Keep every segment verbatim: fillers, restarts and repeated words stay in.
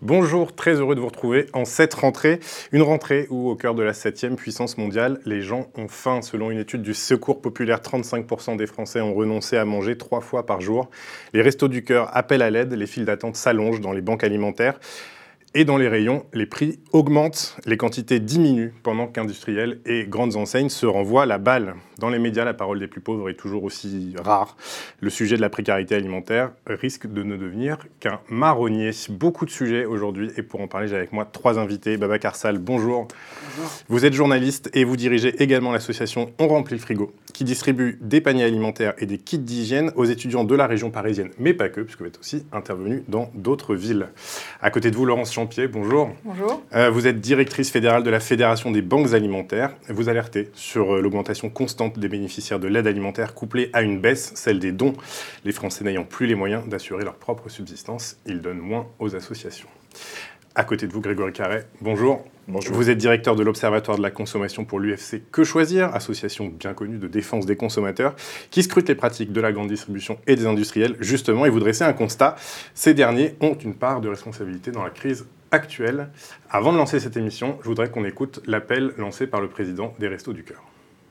Bonjour, très heureux de vous retrouver en cette rentrée. Une rentrée où, au cœur de la septième puissance mondiale, les gens ont faim. Selon une étude du Secours populaire, trente-cinq pour cent des Français ont renoncé à manger trois fois par jour. Les restos du cœur appellent à l'aide, les files d'attente s'allongent dans les banques alimentaires. Et dans les rayons, les prix augmentent, les quantités diminuent pendant qu'industriels et grandes enseignes se renvoient la balle. Dans les médias, la parole des plus pauvres est toujours aussi rare. Le sujet de la précarité alimentaire risque de ne devenir qu'un marronnier. Beaucoup de sujets aujourd'hui, et pour en parler, j'ai avec moi trois invités. Babacar Sall, bonjour. Bonjour. Vous êtes journaliste et vous dirigez également l'association On remplit le frigo, qui distribue des paniers alimentaires et des kits d'hygiène aux étudiants de la région parisienne, mais pas que, puisque vous êtes aussi intervenu dans d'autres villes. À côté de vous, Laurence Champier, bonjour. Bonjour. Euh, vous êtes directrice fédérale de la Fédération des banques alimentaires. Vous alertez sur l'augmentation constante des bénéficiaires de l'aide alimentaire couplée à une baisse, celle des dons. Les Français n'ayant plus les moyens d'assurer leur propre subsistance, ils donnent moins aux associations. À côté de vous, Grégory Carret, bonjour. Bonjour. Vous êtes directeur de l'Observatoire de la consommation pour l'U F C Que Choisir, association bien connue de défense des consommateurs, qui scrute les pratiques de la grande distribution et des industriels, justement, et vous dressez un constat. Ces derniers ont une part de responsabilité dans la crise actuelle. Avant de lancer cette émission, je voudrais qu'on écoute l'appel lancé par le président des Restos du Cœur.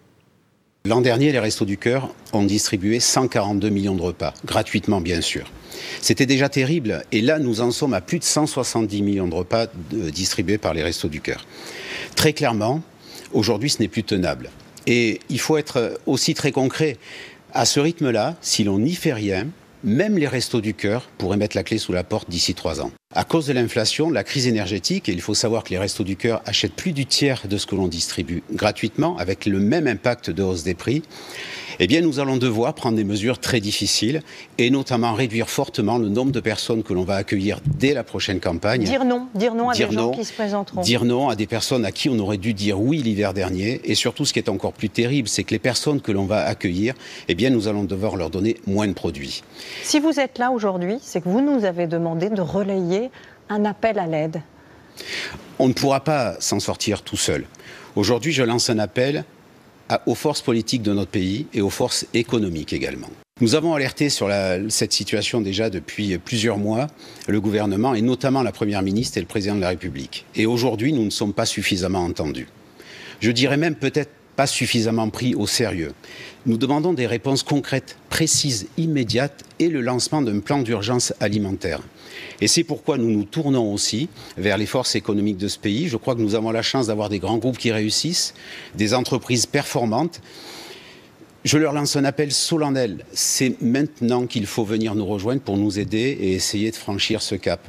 L'an dernier, les Restos du Cœur ont distribué cent quarante-deux millions de repas, gratuitement bien sûr. C'était déjà terrible, et là nous en sommes à plus de cent soixante-dix millions de repas de, distribués par les Restos du Cœur. Très clairement, aujourd'hui ce n'est plus tenable. Et il faut être aussi très concret. À ce rythme-là, si l'on n'y fait rien, même les Restos du Cœur pourraient mettre la clé sous la porte d'ici trois ans. À cause de l'inflation, la crise énergétique, et il faut savoir que les Restos du Cœur achètent plus du tiers de ce que l'on distribue gratuitement, avec le même impact de hausse des prix, eh bien nous allons devoir prendre des mesures très difficiles, et notamment réduire fortement le nombre de personnes que l'on va accueillir dès la prochaine campagne. Dire non, dire non à dire des non, gens qui se présenteront. Dire non à des personnes à qui on aurait dû dire oui l'hiver dernier, et surtout ce qui est encore plus terrible, c'est que les personnes que l'on va accueillir, eh bien nous allons devoir leur donner moins de produits. Si vous êtes là aujourd'hui, c'est que vous nous avez demandé de relayer un appel à l'aide. On ne pourra pas s'en sortir tout seul. Aujourd'hui, je lance un appel à, aux forces politiques de notre pays et aux forces économiques également. Nous avons alerté sur la, cette situation déjà depuis plusieurs mois, le gouvernement et notamment la Première ministre et le Président de la République. Et aujourd'hui, nous ne sommes pas suffisamment entendus. Je dirais même peut-être pas suffisamment pris au sérieux. Nous demandons des réponses concrètes, précises, immédiates et le lancement d'un plan d'urgence alimentaire. Et c'est pourquoi nous nous tournons aussi vers les forces économiques de ce pays. Je crois que nous avons la chance d'avoir des grands groupes qui réussissent, des entreprises performantes. Je leur lance un appel solennel. C'est maintenant qu'il faut venir nous rejoindre pour nous aider et essayer de franchir ce cap.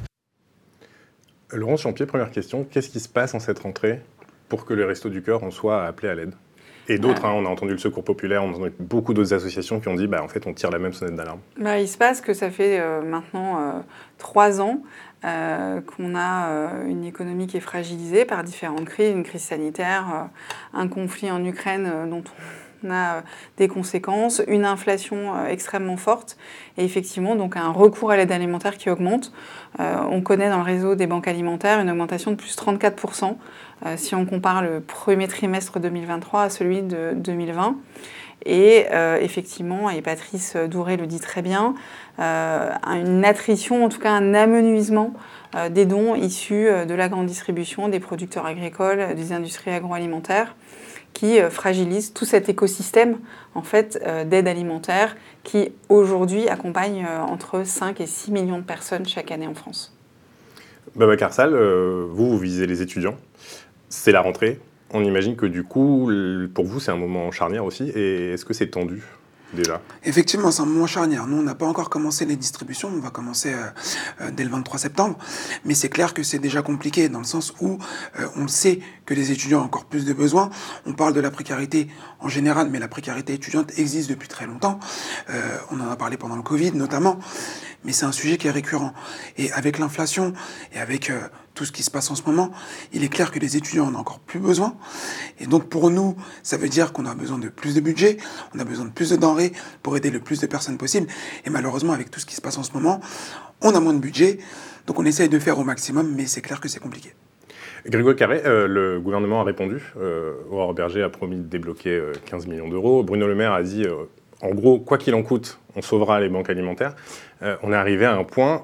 Laurence Champier, première question. Qu'est-ce qui se passe en cette rentrée pour que les Restos du Cœur en soient appelés à l'aide ? Et d'autres, hein, on a entendu le Secours populaire, on a entendu beaucoup d'autres associations qui ont dit bah, en fait, on tire la même sonnette d'alarme. Bah, il se passe que ça fait euh, maintenant euh, trois ans euh, qu'on a euh, une économie qui est fragilisée par différentes crises, une crise sanitaire, euh, un conflit en Ukraine euh, dont on a euh, des conséquences, une inflation euh, extrêmement forte et effectivement donc un recours à l'aide alimentaire qui augmente. Euh, on connaît dans le réseau des banques alimentaires une augmentation de plus de trente-quatre pour cent euh, si on compare le premier trimestre deux mille vingt-trois à celui de deux mille vingt. Et euh, effectivement, et Patrice Douré le dit très bien, euh, une attrition, en tout cas un amenuisement euh, des dons issus de la grande distribution, des producteurs agricoles, des industries agroalimentaires, qui euh, fragilisent tout cet écosystème en fait, euh, d'aide alimentaire qui aujourd'hui accompagne euh, entre cinq et six millions de personnes chaque année en France. Babacar Sall, euh, vous, vous visez les étudiants. C'est la rentrée. On imagine que du coup, pour vous, c'est un moment charnière aussi. Et est-ce que c'est tendu déjà ? Effectivement, c'est un moment charnière. Nous, on n'a pas encore commencé les distributions. On va commencer euh, euh, dès le vingt-trois septembre. Mais c'est clair que c'est déjà compliqué dans le sens où euh, on sait que les étudiants ont encore plus de besoins. On parle de la précarité en général, mais la précarité étudiante existe depuis très longtemps. Euh, on en a parlé pendant le Covid notamment. Mais c'est un sujet qui est récurrent. Et avec l'inflation et avec euh, tout ce qui se passe en ce moment, il est clair que les étudiants en ont encore plus besoin. Et donc pour nous, ça veut dire qu'on a besoin de plus de budget, on a besoin de plus de denrées pour aider le plus de personnes possible. Et malheureusement, avec tout ce qui se passe en ce moment, on a moins de budget. Donc on essaye de faire au maximum, mais c'est clair que c'est compliqué. Grégory Carret, euh, le gouvernement a répondu. Euh, Aurore Berger a promis de débloquer euh, quinze millions d'euros. Bruno Le Maire a dit... Euh, En gros, quoi qu'il en coûte, on sauvera les banques alimentaires. Euh, on est arrivé à un point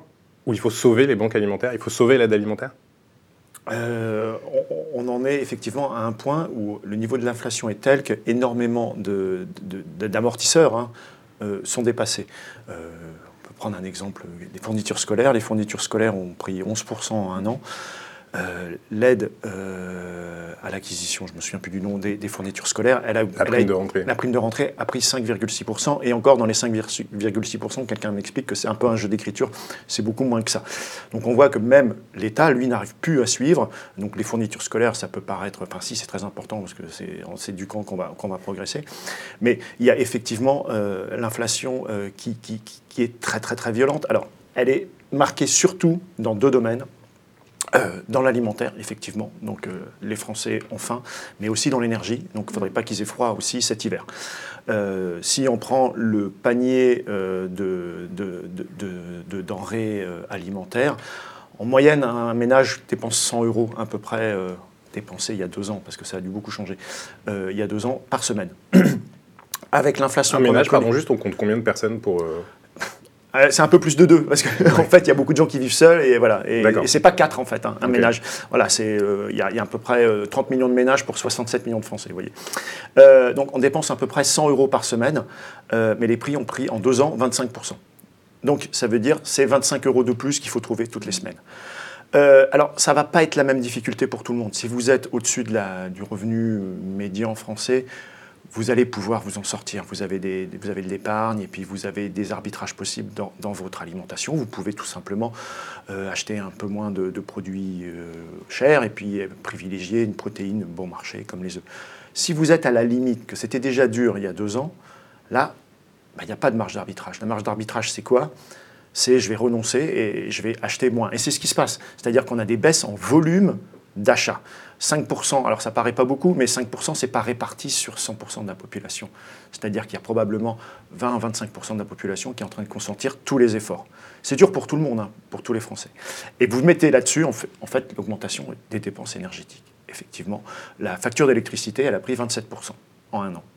où il faut sauver les banques alimentaires, il faut sauver l'aide alimentaire ? Euh, on, on en est effectivement à un point où le niveau de l'inflation est tel qu'énormément de, de, de, d'amortisseurs hein, euh, sont dépassés. Euh, on peut prendre un exemple, les fournitures scolaires. Les fournitures scolaires ont pris onze pour cent en un an. Euh, l'aide euh, à l'acquisition, je ne me souviens plus du nom, des, des fournitures scolaires, elle a, la, elle prime a, de rentrée. la prime de rentrée a pris cinq virgule six pour cent, et encore dans les cinq virgule six pour cent, quelqu'un m'explique que c'est un peu un jeu d'écriture, c'est beaucoup moins que ça. Donc on voit que même l'État, lui, n'arrive plus à suivre. Donc les fournitures scolaires, ça peut paraître, enfin si, c'est très important, parce que c'est en éduquant qu'on va, qu'on va progresser, mais il y a effectivement euh, l'inflation euh, qui, qui, qui est très très très violente. Alors, elle est marquée surtout dans deux domaines. Euh, dans l'alimentaire, effectivement, donc euh, les Français ont faim, mais aussi dans l'énergie, donc il ne faudrait pas qu'ils aient froid aussi cet hiver. Euh, si on prend le panier euh, de, de, de, de, de denrées euh, alimentaires, en moyenne, un ménage dépense cent euros à peu près, euh, dépensé il y a deux ans, parce que ça a dû beaucoup changer, euh, il y a deux ans, par semaine. Avec l'inflation... Un ménage, pardon, juste, on compte combien de personnes pour... Euh... C'est un peu plus de deux, parce qu'en en fait, il y a beaucoup de gens qui vivent seuls, et voilà. Et, et c'est pas quatre, en fait, hein, un okay. ménage. Voilà, c'est, euh, il y, y a à peu près euh, trente millions de ménages pour soixante-sept millions de Français, vous voyez. Euh, donc, on dépense à peu près cent euros par semaine, euh, mais les prix ont pris, en deux ans, vingt-cinq pour cent. Donc, ça veut dire, c'est vingt-cinq euros de plus qu'il faut trouver toutes les semaines. Euh, alors, ça va pas être la même difficulté pour tout le monde. Si vous êtes au-dessus de la, du revenu médian français, vous allez pouvoir vous en sortir. Vous avez, des, vous avez de l'épargne et puis vous avez des arbitrages possibles dans, dans votre alimentation. Vous pouvez tout simplement euh, acheter un peu moins de, de produits euh, chers et puis euh, privilégier une protéine bon marché comme les œufs. Si vous êtes à la limite, que c'était déjà dur il y a deux ans, là, bah, il n'y a pas de marge d'arbitrage. La marge d'arbitrage, c'est quoi ? C'est je vais renoncer et je vais acheter moins. Et c'est ce qui se passe. C'est-à-dire qu'on a des baisses en volume d'achat. cinq pour cent, alors ça ne paraît pas beaucoup, mais cinq pour cent, ce n'est pas réparti sur cent pour cent de la population. C'est-à-dire qu'il y a probablement vingt à vingt-cinq pour cent de la population qui est en train de consentir tous les efforts. C'est dur pour tout le monde, hein, pour tous les Français. Et vous mettez là-dessus, en fait, en fait l'augmentation des dépenses énergétiques. Effectivement, la facture d'électricité, elle a pris vingt-sept pour cent en un an.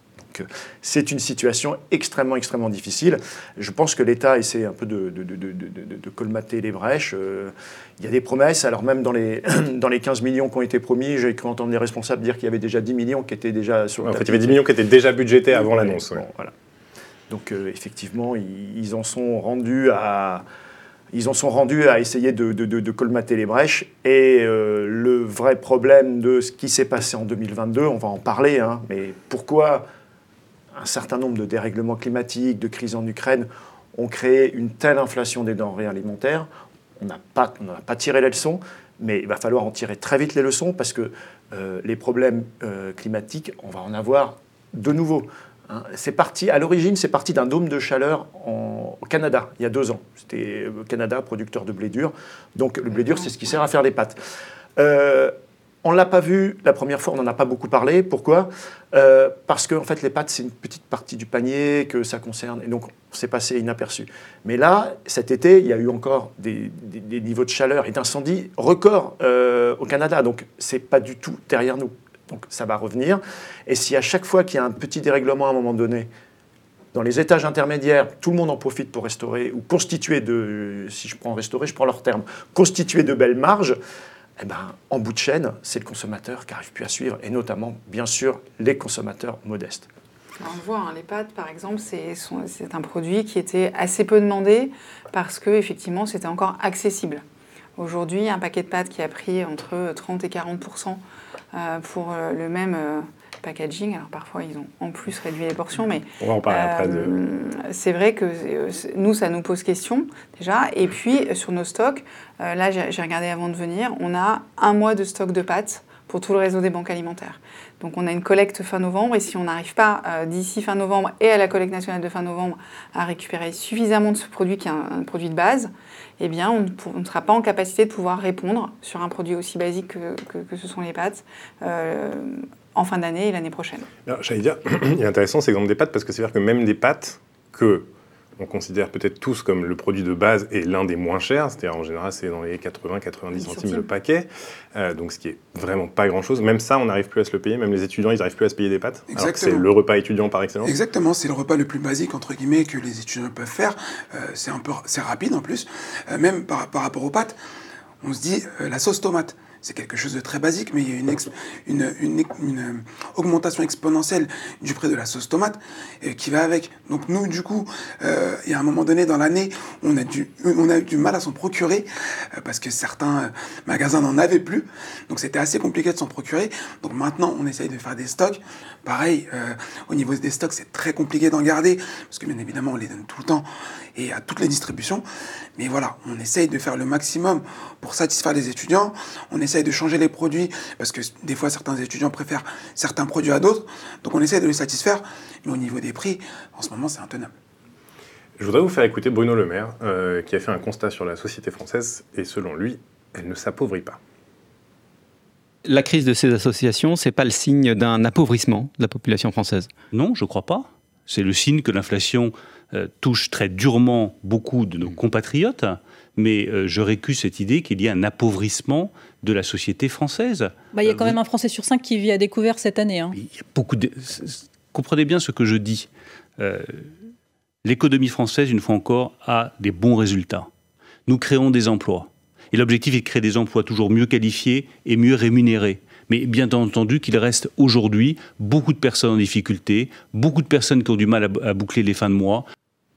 C'est une situation extrêmement, extrêmement difficile. Je pense que l'État essaie un peu de, de, de, de, de, de colmater les brèches. Euh, il y a des promesses. Alors même dans les, dans les quinze millions qui ont été promis, j'ai cru entendre les responsables dire qu'il y avait déjà dix millions qui étaient déjà sur le tapis. En fait, il y avait dix millions qui étaient déjà budgétés avant ouais, l'annonce. Ouais. Bon, voilà. Donc euh, effectivement, ils, ils en sont rendus à... Ils en sont rendus à essayer de, de, de, de colmater les brèches. Et euh, le vrai problème de ce qui s'est passé en deux mille vingt-deux, on va en parler, hein, mais pourquoi un certain nombre de dérèglements climatiques, de crises en Ukraine ont créé une telle inflation des denrées alimentaires. On n'a pas, on n'a pas tiré les leçons, mais il va falloir en tirer très vite les leçons parce que euh, les problèmes euh, climatiques, on va en avoir de nouveau. Hein. C'est parti, à l'origine, c'est parti d'un dôme de chaleur en, au Canada, il y a deux ans. C'était le Canada, producteur de blé dur. Donc le blé dur, c'est ce qui sert à faire les pâtes. Euh, On ne l'a pas vu la première fois, on n'en a pas beaucoup parlé. Pourquoi ? euh, Parce que en fait, les pâtes, c'est une petite partie du panier que ça concerne. Et donc, c'est passé inaperçu. Mais là, cet été, il y a eu encore des, des, des niveaux de chaleur et d'incendie records euh, au Canada. Donc, ce n'est pas du tout derrière nous. Donc, ça va revenir. Et si à chaque fois qu'il y a un petit dérèglement à un moment donné, dans les étages intermédiaires, tout le monde en profite pour restaurer, ou constituer de, si je prends restaurer, je prends leur terme, constituer de belles marges, eh ben, en bout de chaîne, c'est le consommateur qui n'arrive plus à suivre, et notamment, bien sûr, les consommateurs modestes. Alors, on le voit, hein, les pâtes, par exemple, c'est, c'est un produit qui était assez peu demandé parce que, effectivement, c'était encore accessible. Aujourd'hui, un paquet de pâtes qui a pris entre trente et quarante pour cent pour le même packaging. Alors, parfois, ils ont en plus réduit les portions, mais on va en parler euh, après. De... C'est vrai que nous, ça nous pose question, déjà. Et puis, sur nos stocks, euh, là, j'ai, j'ai regardé avant de venir, on a un mois de stock de pâtes pour tout le réseau des banques alimentaires. Donc, on a une collecte fin novembre, et si on n'arrive pas, euh, d'ici fin novembre et à la collecte nationale de fin novembre, à récupérer suffisamment de ce produit qui est un, un produit de base, eh bien, on ne, on ne sera pas en capacité de pouvoir répondre sur un produit aussi basique que, que, que ce sont les pâtes, euh, en fin d'année et l'année prochaine. Alors, j'allais dire, il est intéressant cet exemple des pâtes, parce que c'est-à-dire que même des pâtes que on considère peut-être tous comme le produit de base et l'un des moins chers, c'est-à-dire en général c'est dans les quatre-vingts à quatre-vingt-dix centimes le paquet, euh, donc ce qui est vraiment pas grand-chose. Même ça, on n'arrive plus à se le payer, même les étudiants, ils n'arrivent plus à se payer des pâtes. Exactement. Alors que c'est le repas étudiant par excellence. Exactement, c'est le repas le plus basique, entre guillemets, que les étudiants peuvent faire. Euh, c'est un peu, c'est rapide en plus. Euh, même par, par rapport aux pâtes, on se dit euh, la sauce tomate. C'est quelque chose de très basique, mais il y a une, ex, une, une, une augmentation exponentielle du prix de la sauce tomate euh, qui va avec. Donc nous, du coup, euh, il y a un moment donné dans l'année, on a du, on a eu du mal à s'en procurer euh, parce que certains magasins n'en avaient plus. Donc c'était assez compliqué de s'en procurer. Donc maintenant, on essaye de faire des stocks. Pareil, euh, au niveau des stocks, c'est très compliqué d'en garder parce que bien évidemment, on les donne tout le temps et à toutes les distributions. Mais voilà, on essaye de faire le maximum pour satisfaire les étudiants. On essaye de changer les produits parce que des fois, certains étudiants préfèrent certains produits à d'autres. Donc on essaye de les satisfaire. Mais au niveau des prix, en ce moment, c'est intenable. Je voudrais vous faire écouter Bruno Le Maire, euh, qui a fait un constat sur la société française. Et selon lui, elle ne s'appauvrit pas. La crise de ces associations, ce n'est pas le signe d'un appauvrissement de la population française? Non, je ne crois pas. C'est le signe que l'inflation euh, touche très durement beaucoup de nos compatriotes, mais euh, je récuse cette idée qu'il y ait un appauvrissement de la société française. Bah, il y a quand euh, même un Français sur cinq qui vit à découvert cette année. Hein. Il y a beaucoup de... Comprenez bien ce que je dis. Euh, l'économie française, une fois encore, a des bons résultats. Nous créons des emplois. Et l'objectif est de créer des emplois toujours mieux qualifiés et mieux rémunérés. Mais bien entendu qu'il reste aujourd'hui beaucoup de personnes en difficulté, beaucoup de personnes qui ont du mal à, à boucler les fins de mois.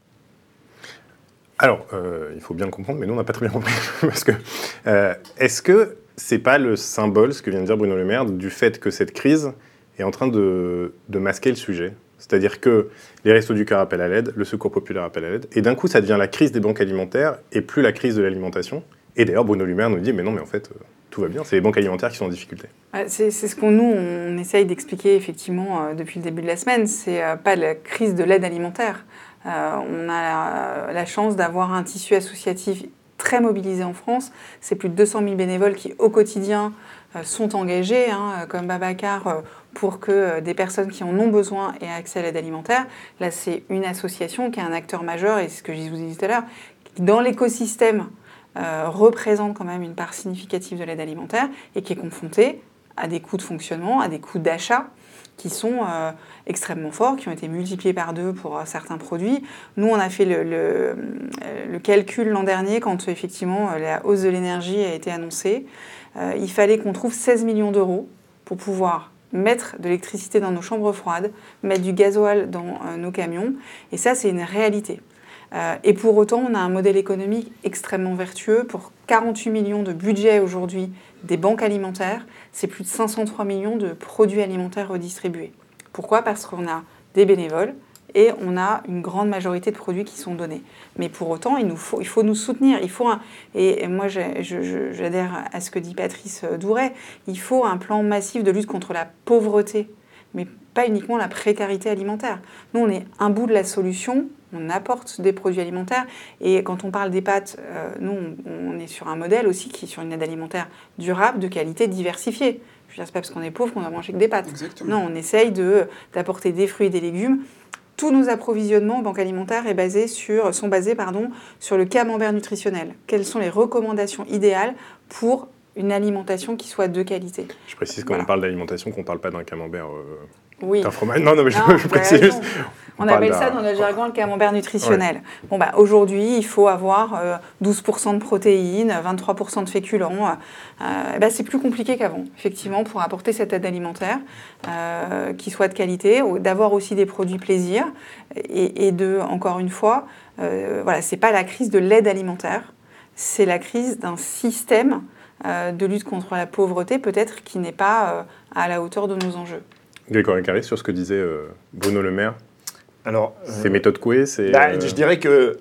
Alors, euh, il faut bien le comprendre, mais nous, on n'a pas très bien compris. Parce que, euh, est-ce que c'est pas le symbole, ce que vient de dire Bruno Le Maire, du fait que cette crise est en train de, de masquer le sujet? C'est-à-dire que les Restos du Cœur appellent à l'aide, le Secours populaire appelle à l'aide, et d'un coup, ça devient la crise des banques alimentaires et plus la crise de l'alimentation. Et d'ailleurs, Bruno Le Maire nous dit, mais non, mais en fait, euh, tout va bien, c'est les banques alimentaires qui sont en difficulté. C'est, c'est ce qu'on nous, on essaye d'expliquer effectivement euh, depuis le début de la semaine, c'est euh, pas la crise de l'aide alimentaire. Euh, on a la, la chance d'avoir un tissu associatif très mobilisé en France. C'est plus de deux cent mille bénévoles qui, au quotidien, euh, sont engagés, hein, comme Babacar, euh, pour que euh, des personnes qui en ont besoin aient accès à l'aide alimentaire. Là, c'est une association qui est un acteur majeur, et c'est ce que je vous disais tout à l'heure, qui, dans l'écosystème, Euh, représente quand même une part significative de l'aide alimentaire et qui est confrontée à des coûts de fonctionnement, à des coûts d'achat qui sont euh, extrêmement forts, qui ont été multipliés par deux pour euh, certains produits. Nous, on a fait le, le, le calcul l'an dernier quand effectivement la hausse de l'énergie a été annoncée. Euh, il fallait qu'on trouve seize millions d'euros pour pouvoir mettre de l'électricité dans nos chambres froides, mettre du gasoil dans euh, nos camions. Et ça, c'est une réalité. Euh, et pour autant, on a un modèle économique extrêmement vertueux. Pour quarante-huit millions de budget aujourd'hui des banques alimentaires, c'est plus de cinq cent trois millions de produits alimentaires redistribués. Pourquoi ? Parce qu'on a des bénévoles et on a une grande majorité de produits qui sont donnés. Mais pour autant, il, nous faut, il faut nous soutenir. Il faut un, et, et moi, je, je, j'adhère à ce que dit Patrice Douret, il faut un plan massif de lutte contre la pauvreté, mais pas uniquement la précarité alimentaire. Nous, on est un bout de la solution. On apporte des produits alimentaires et quand on parle des pâtes, euh, nous, on, on est sur un modèle aussi qui est sur une aide alimentaire durable, de qualité, diversifiée. Je veux dire, c'est pas parce qu'on est pauvre qu'on doit manger que des pâtes. Exactement. Non, on essaye de, d'apporter des fruits et des légumes. Tous nos approvisionnements en banque alimentaire est basé sur, sont basés pardon, sur le camembert nutritionnel. Quelles sont les recommandations idéales pour une alimentation qui soit de qualité? Je précise quand voilà. on parle d'alimentation qu'on ne parle pas d'un camembert... Euh... Oui. Un fromage. Non, non, mais non, je, je précise juste. On, on appelle ça dans notre jargon le camembert nutritionnel. Ouais. Bon, bah, aujourd'hui, il faut avoir euh, douze pour cent de protéines, vingt-trois pour cent de féculents. Euh, bah, c'est plus compliqué qu'avant, effectivement, pour apporter cette aide alimentaire euh, qui soit de qualité, d'avoir aussi des produits plaisir. Et, et de, encore une fois, euh, voilà, ce n'est pas la crise de l'aide alimentaire, c'est la crise d'un système euh, de lutte contre la pauvreté, peut-être qui n'est pas euh, à la hauteur de nos enjeux. Grégory Carré, sur ce que disait euh, Bruno Le Maire. Alors, c'est euh, méthode Coué, c'est... Bah, euh... Je dirais que euh,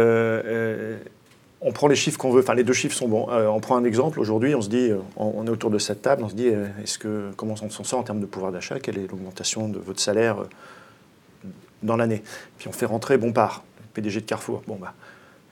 euh, on prend les chiffres qu'on veut. Enfin, les deux chiffres sont bons. Euh, on prend un exemple. Aujourd'hui, on se dit, on, on est autour de cette table, on se dit, euh, est-ce que comment on s'en sort en termes de pouvoir d'achat? Quelle est l'augmentation de votre salaire euh, dans l'année? Puis on fait rentrer Bompard, le P D G de Carrefour. Bon bah,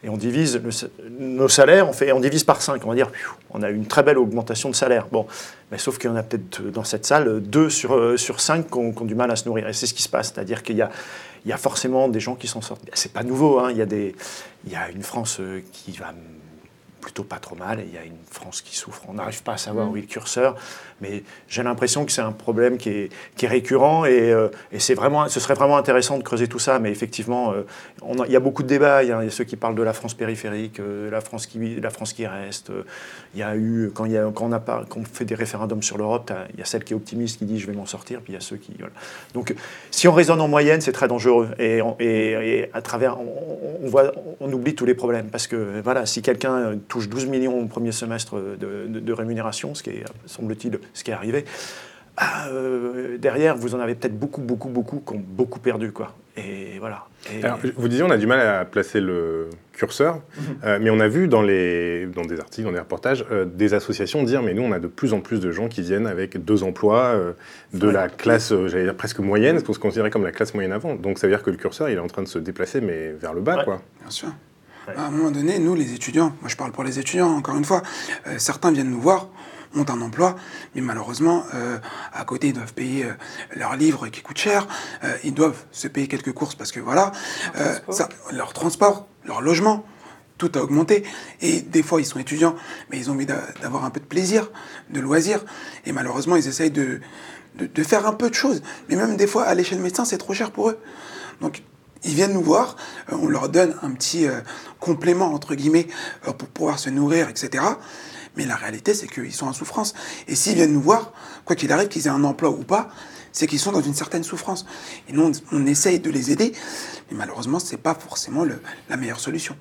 et on divise le, nos salaires, on, fait, on divise par cinq, on va dire, on a une très belle augmentation de salaire. Bon, mais sauf qu'il y en a peut-être dans cette salle deux sur, sur cinq qui ont, qui ont du mal à se nourrir. Et c'est ce qui se passe, c'est-à-dire qu'il y a, il y a forcément des gens qui s'en sortent. C'est pas nouveau, hein, il y a des, il y a une France qui va plutôt pas trop mal, et il y a une France qui souffre. On n'arrive pas à savoir où est le curseur, mais j'ai l'impression que c'est un problème qui est, qui est récurrent, et, euh, et c'est vraiment, ce serait vraiment intéressant de creuser tout ça, mais effectivement, euh, on a, il y a beaucoup de débats, il y a, il y a ceux qui parlent de la France périphérique, euh, la, France qui, la France qui reste, euh, il y a eu, quand, il y a, quand, on a pas, quand on fait des référendums sur l'Europe, il y a celle qui est optimiste qui dit je vais m'en sortir, puis il y a ceux qui... Voilà. Donc si on raisonne en moyenne, c'est très dangereux, et, et, et à travers, on, on, voit, on oublie tous les problèmes, parce que voilà, si quelqu'un touche douze millions au premier semestre de, de, de rémunération, ce qui est, semble-t-il, ce qui est arrivé, ah, euh, derrière, vous en avez peut-être beaucoup, beaucoup, beaucoup qui ont beaucoup perdu, quoi. Et voilà. Et... Alors, vous disiez, on a du mal à placer le curseur, mm-hmm. euh, mais on a vu dans, les, dans des articles, dans des reportages, euh, des associations dire, mais nous, on a de plus en plus de gens qui viennent avec deux emplois, euh, de ouais. la classe, euh, j'allais dire presque moyenne, ce qu'on se considérait comme la classe moyenne avant. Donc ça veut dire que le curseur, il est en train de se déplacer, mais vers le bas, ouais. quoi. Bien sûr. Ouais. À un moment donné, nous, les étudiants, moi je parle pour les étudiants, encore une fois, euh, certains viennent nous voir, ont un emploi, mais malheureusement, euh, à côté, ils doivent payer euh, leurs livres qui coûtent cher, euh, ils doivent se payer quelques courses parce que voilà, euh, transport. Ça, leur transport, leur logement, tout a augmenté. Et des fois, ils sont étudiants, mais ils ont envie d'avoir un peu de plaisir, de loisirs, et malheureusement, ils essayent de, de, de faire un peu de choses. Mais même des fois, aller chez le médecin, c'est trop cher pour eux. Donc, ils viennent nous voir, euh, on leur donne un petit euh, complément, entre guillemets, euh, pour pouvoir se nourrir, et cetera. Mais la réalité, c'est qu'ils sont en souffrance. Et s'ils viennent nous voir, quoi qu'il arrive, qu'ils aient un emploi ou pas, c'est qu'ils sont dans une certaine souffrance. Et nous, on, on essaye de les aider, mais malheureusement, ce n'est pas forcément le, la meilleure solution.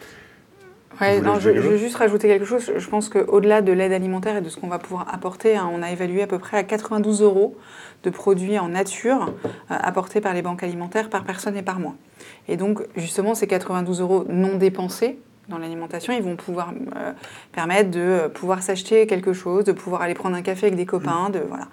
Ouais, non, je, je veux juste rajouter quelque chose. Je pense qu'au-delà de l'aide alimentaire et de ce qu'on va pouvoir apporter, hein, on a évalué à peu près à quatre-vingt-douze euros de produits en nature euh, apportés par les banques alimentaires par personne et par mois. Et donc, justement, ces quatre-vingt-douze euros non dépensés dans l'alimentation, ils vont pouvoir euh, permettre de pouvoir s'acheter quelque chose, de pouvoir aller prendre un café avec des copains, de voilà.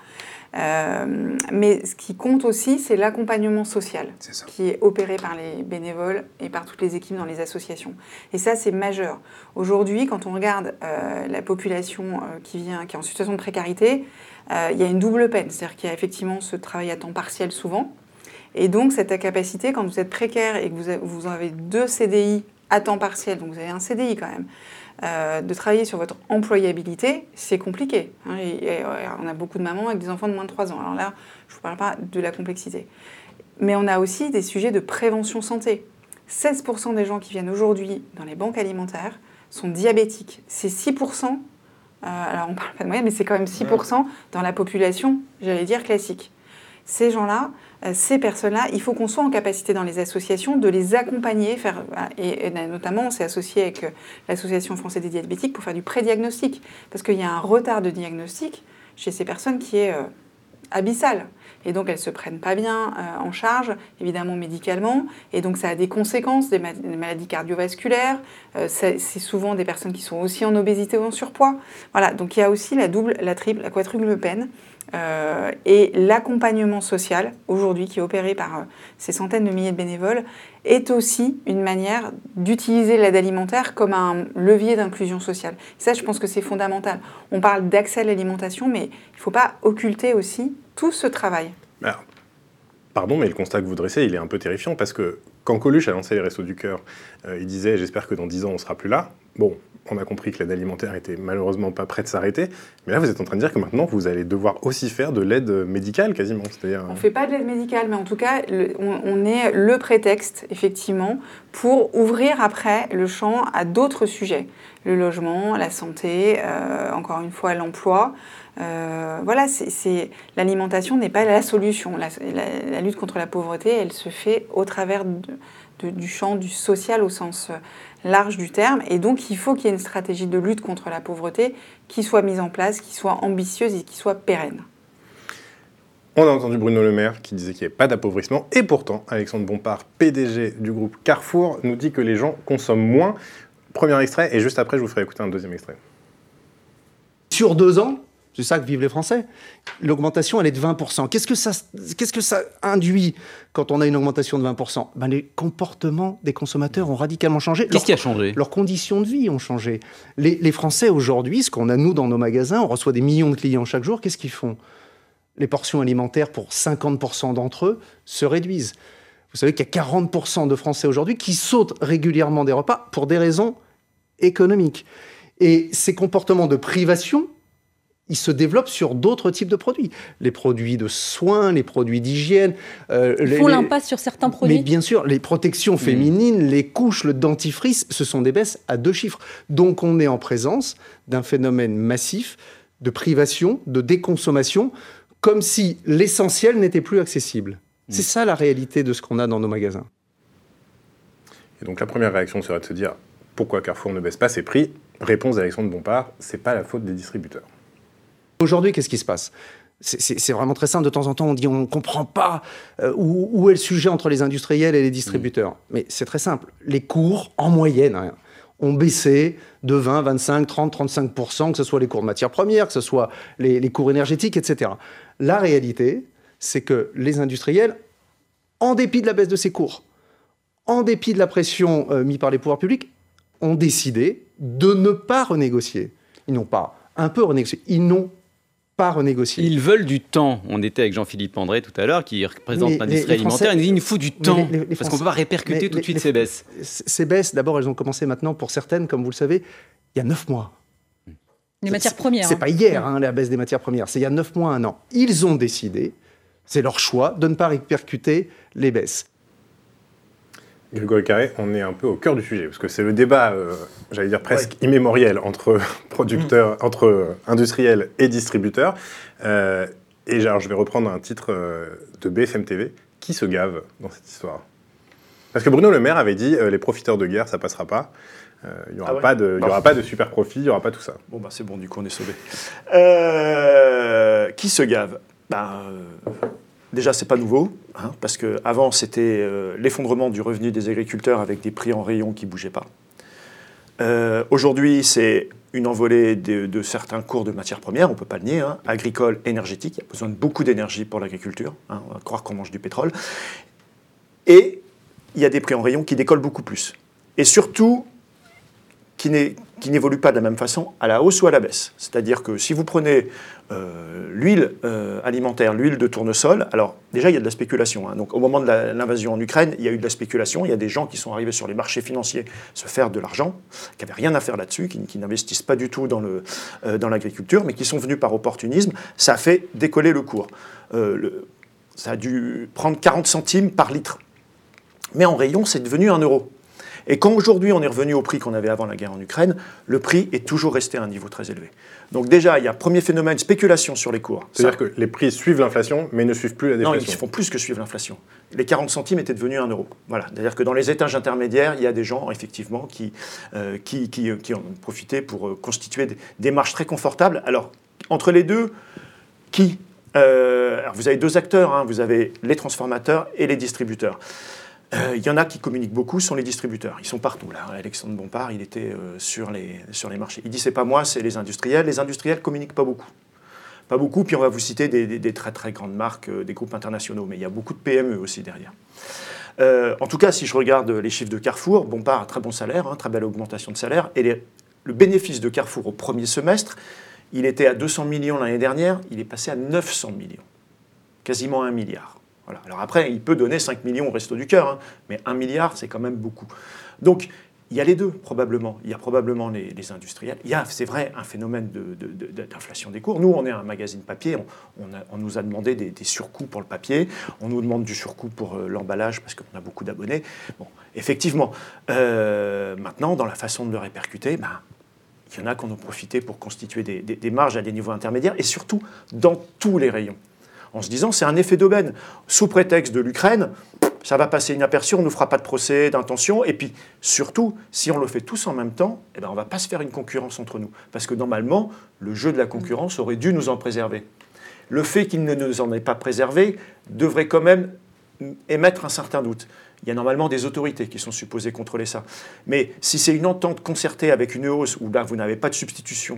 Euh, mais ce qui compte aussi, c'est l'accompagnement social qui est opéré par les bénévoles et par toutes les équipes dans les associations. Et ça, c'est majeur. Aujourd'hui, quand on regarde euh, la population euh, qui, vient, qui est en situation de précarité, euh, il y a une double peine. C'est-à-dire qu'il y a effectivement ce travail à temps partiel souvent. Et donc, cette incapacité, quand vous êtes précaire et que vous avez, vous avez deux C D I à temps partiel, donc vous avez un C D I quand même, Euh, de travailler sur votre employabilité, c'est compliqué. Hein, et, et, on a beaucoup de mamans avec des enfants de moins de trois ans. Alors là, je ne vous parle pas de la complexité. Mais on a aussi des sujets de prévention santé. seize pour cent des gens qui viennent aujourd'hui dans les banques alimentaires sont diabétiques. C'est six pour cent, euh, alors on ne parle pas de moyenne, mais c'est quand même six pour cent dans la population, j'allais dire, classique. Ces gens-là, ces personnes-là, il faut qu'on soit en capacité dans les associations de les accompagner, faire, et, et notamment on s'est associé avec l'Association française des diabétiques pour faire du pré-diagnostic, parce qu'il y a un retard de diagnostic chez ces personnes qui est euh, abyssal. Et donc elles ne se prennent pas bien euh, en charge, évidemment médicalement, et donc ça a des conséquences, des, ma- des maladies cardiovasculaires, euh, c'est, c'est souvent des personnes qui sont aussi en obésité ou en surpoids. Voilà, donc il y a aussi la double, la triple, la quadruple peine. Euh, et l'accompagnement social, aujourd'hui, qui est opéré par euh, ces centaines de milliers de bénévoles, est aussi une manière d'utiliser l'aide alimentaire comme un levier d'inclusion sociale. Et ça, je pense que c'est fondamental. On parle d'accès à l'alimentation, mais il ne faut pas occulter aussi tout ce travail. Alors, pardon, mais le constat que vous dressez, il est un peu terrifiant, parce que quand Coluche a lancé les Restos du Cœur, euh, il disait « j'espère que dans dix ans, on ne sera plus là ». Bon, on a compris que l'aide alimentaire était malheureusement pas prête de s'arrêter, mais là vous êtes en train de dire que maintenant vous allez devoir aussi faire de l'aide médicale quasiment. C'est-à-dire... On ne fait pas de l'aide médicale, mais en tout cas le, on, on est le prétexte effectivement pour ouvrir après le champ à d'autres sujets. Le logement, la santé, euh, encore une fois l'emploi. Euh, voilà, c'est, c'est, l'alimentation n'est pas la solution. La, la, la lutte contre la pauvreté, elle se fait au travers de, de, du champ du social au sens large du terme. Et donc, il faut qu'il y ait une stratégie de lutte contre la pauvreté qui soit mise en place, qui soit ambitieuse et qui soit pérenne. On a entendu Bruno Le Maire qui disait qu'il n'y avait pas d'appauvrissement. Et pourtant, Alexandre Bompard, P D G du groupe Carrefour, nous dit que les gens consomment moins. Premier extrait, et juste après, je vous ferai écouter un deuxième extrait. Sur deux ans, C'est ça que vivent les Français. L'augmentation, elle est de vingt pour cent. Qu'est-ce que ça, qu'est-ce que ça induit quand on a une augmentation de vingt pour cent? Ben, les comportements des consommateurs ont radicalement changé. Qu'est-ce qui a changé? Leurs conditions de vie ont changé. Les, les Français, aujourd'hui, ce qu'on a, nous, dans nos magasins, on reçoit des millions de clients chaque jour, qu'est-ce qu'ils font? Les portions alimentaires, pour cinquante pour cent d'entre eux, se réduisent. Vous savez qu'il y a quarante pour cent de Français aujourd'hui qui sautent régulièrement des repas pour des raisons économiques. Et ces comportements de privation, ils se développent sur d'autres types de produits. Les produits de soins, les produits d'hygiène. Euh, Ils font l'impasse sur certains produits. Mais bien sûr, les protections féminines, mmh. les couches, le dentifrice, ce sont des baisses à deux chiffres. Donc on est en présence d'un phénomène massif de privation, de déconsommation, comme si l'essentiel n'était plus accessible. Mmh. C'est ça la réalité de ce qu'on a dans nos magasins. Et donc la première réaction serait de se dire pourquoi Carrefour ne baisse pas ses prix? Réponse d'Alexandre Bompard, c'est pas la faute des distributeurs. Aujourd'hui, qu'est-ce qui se passe? c'est, c'est, c'est vraiment très simple. De temps en temps, on dit on ne comprend pas euh, où, où est le sujet entre les industriels et les distributeurs. Mmh. Mais c'est très simple. Les cours, en moyenne, hein, ont baissé de vingt, vingt-cinq, trente, trente-cinq pour cent, que ce soit les cours de matières premières, que ce soit les, les cours énergétiques, et cetera. La réalité, c'est que les industriels, en dépit de la baisse de ces cours, en dépit de la pression euh, mise par les pouvoirs publics, ont décidé de ne pas renégocier. Ils n'ont pas un peu renégocié, ils n'ont pas renégocié. Ils veulent du temps. On était avec Jean-Philippe André tout à l'heure, qui représente l'industrie alimentaire. Il nous dit qu'il nous faut du temps, les, les, les parce qu'on ne peut pas répercuter tout de suite les, ces baisses. Ces baisses, d'abord, elles ont commencé maintenant, pour certaines, comme vous le savez, il y a neuf mois. Les matières premières. C'est hein. pas hier, hein, la baisse des matières premières. C'est il y a neuf mois, un an. Ils ont décidé, c'est leur choix, de ne pas répercuter les baisses. Grégory Carré, on est un peu au cœur du sujet, parce que c'est le débat, euh, j'allais dire presque ouais. immémoriel, entre producteurs, mmh. entre euh, industriels et distributeurs. Euh, et alors, je vais reprendre un titre euh, de B F M T V. Qui se gave dans cette histoire? Parce que Bruno Le Maire avait dit euh, les profiteurs de guerre, ça passera pas. Il euh, n'y aura, ah ouais. bon. aura pas de super profit, il n'y aura pas tout ça. Bon, bah c'est bon, du coup, on est sauvés. Euh, qui se gave? bah, euh... Déjà, ce n'est pas nouveau, hein, parce qu'avant, c'était euh, l'effondrement du revenu des agriculteurs avec des prix en rayon qui ne bougeaient pas. Euh, aujourd'hui, c'est une envolée de, de certains cours de matières premières, on ne peut pas le nier, hein, agricole, énergétique. Il y a besoin de beaucoup d'énergie pour l'agriculture, hein, on va croire qu'on mange du pétrole. Et il y a des prix en rayon qui décollent beaucoup plus. Et surtout, qui, n'est, qui n'évoluent pas de la même façon à la hausse ou à la baisse. C'est-à-dire que si vous prenez euh, l'huile euh, alimentaire, l'huile de tournesol, alors déjà il y a de la spéculation. Hein. Donc au moment de la, l'invasion en Ukraine, il y a eu de la spéculation. Il y a des gens qui sont arrivés sur les marchés financiers se faire de l'argent, qui n'avaient rien à faire là-dessus, qui, qui n'investissent pas du tout dans, le, euh, dans l'agriculture, mais qui sont venus par opportunisme. Ça a fait décoller le cours. Euh, le, ça a dû prendre quarante centimes par litre. Mais en rayon, c'est devenu un euro. Et quand aujourd'hui on est revenu au prix qu'on avait avant la guerre en Ukraine, le prix est toujours resté à un niveau très élevé. Donc déjà, il y a un premier phénomène, spéculation sur les cours. C'est-à-dire Ça, que les prix suivent l'inflation, mais ne suivent plus la déflation. Non, ils font plus que suivre l'inflation. Les quarante centimes étaient devenus un euro. Voilà. C'est-à-dire que dans les étages intermédiaires, il y a des gens, effectivement, qui, euh, qui, qui, qui en ont profité pour euh, constituer des, des marges très confortables. Alors, entre les deux, qui euh, alors vous avez deux acteurs, hein, vous avez les transformateurs et les distributeurs. Il euh, y en a qui communiquent beaucoup, ce sont les distributeurs. Ils sont partout. Là. Alexandre Bompard, il était euh, sur, les, sur les marchés. Il dit, c'est pas moi, c'est les industriels. Les industriels ne communiquent pas beaucoup. Pas beaucoup, puis on va vous citer des, des, des très très grandes marques, euh, des groupes internationaux. Mais il y a beaucoup de P M E aussi derrière. Euh, en tout cas, si je regarde les chiffres de Carrefour, Bompard a un très bon salaire, hein, très belle augmentation de salaire. Et les, le bénéfice de Carrefour au premier semestre, il était à deux cents millions l'année dernière, il est passé à neuf cents millions. Quasiment un milliard. Voilà. Alors après, il peut donner cinq millions au Resto du Cœur, hein, mais un milliard, c'est quand même beaucoup. Donc, il y a les deux, probablement. Il y a probablement les, les industriels. Il y a, c'est vrai, un phénomène de, de, de, d'inflation des cours. Nous, on est un magazine papier. On, on, a, on nous a demandé des, des surcoûts pour le papier. On nous demande du surcoût pour euh, l'emballage, parce qu'on a beaucoup d'abonnés. Bon, effectivement. Euh, maintenant, dans la façon de le répercuter, ben, il y en a qui en ont profité pour constituer des, des, des marges à des niveaux intermédiaires, et surtout dans tous les rayons. En se disant, c'est un effet d'aubaine. Sous prétexte de l'Ukraine, ça va passer inaperçu, on ne nous fera pas de procès d'intention. Et puis, surtout, si on le fait tous en même temps, eh ben, on ne va pas se faire une concurrence entre nous. Parce que normalement, le jeu de la concurrence aurait dû nous en préserver. Le fait qu'il ne nous en ait pas préservé devrait quand même émettre un certain doute. Il y a normalement des autorités qui sont supposées contrôler ça. Mais si c'est une entente concertée avec une hausse où là, vous n'avez pas de substitution,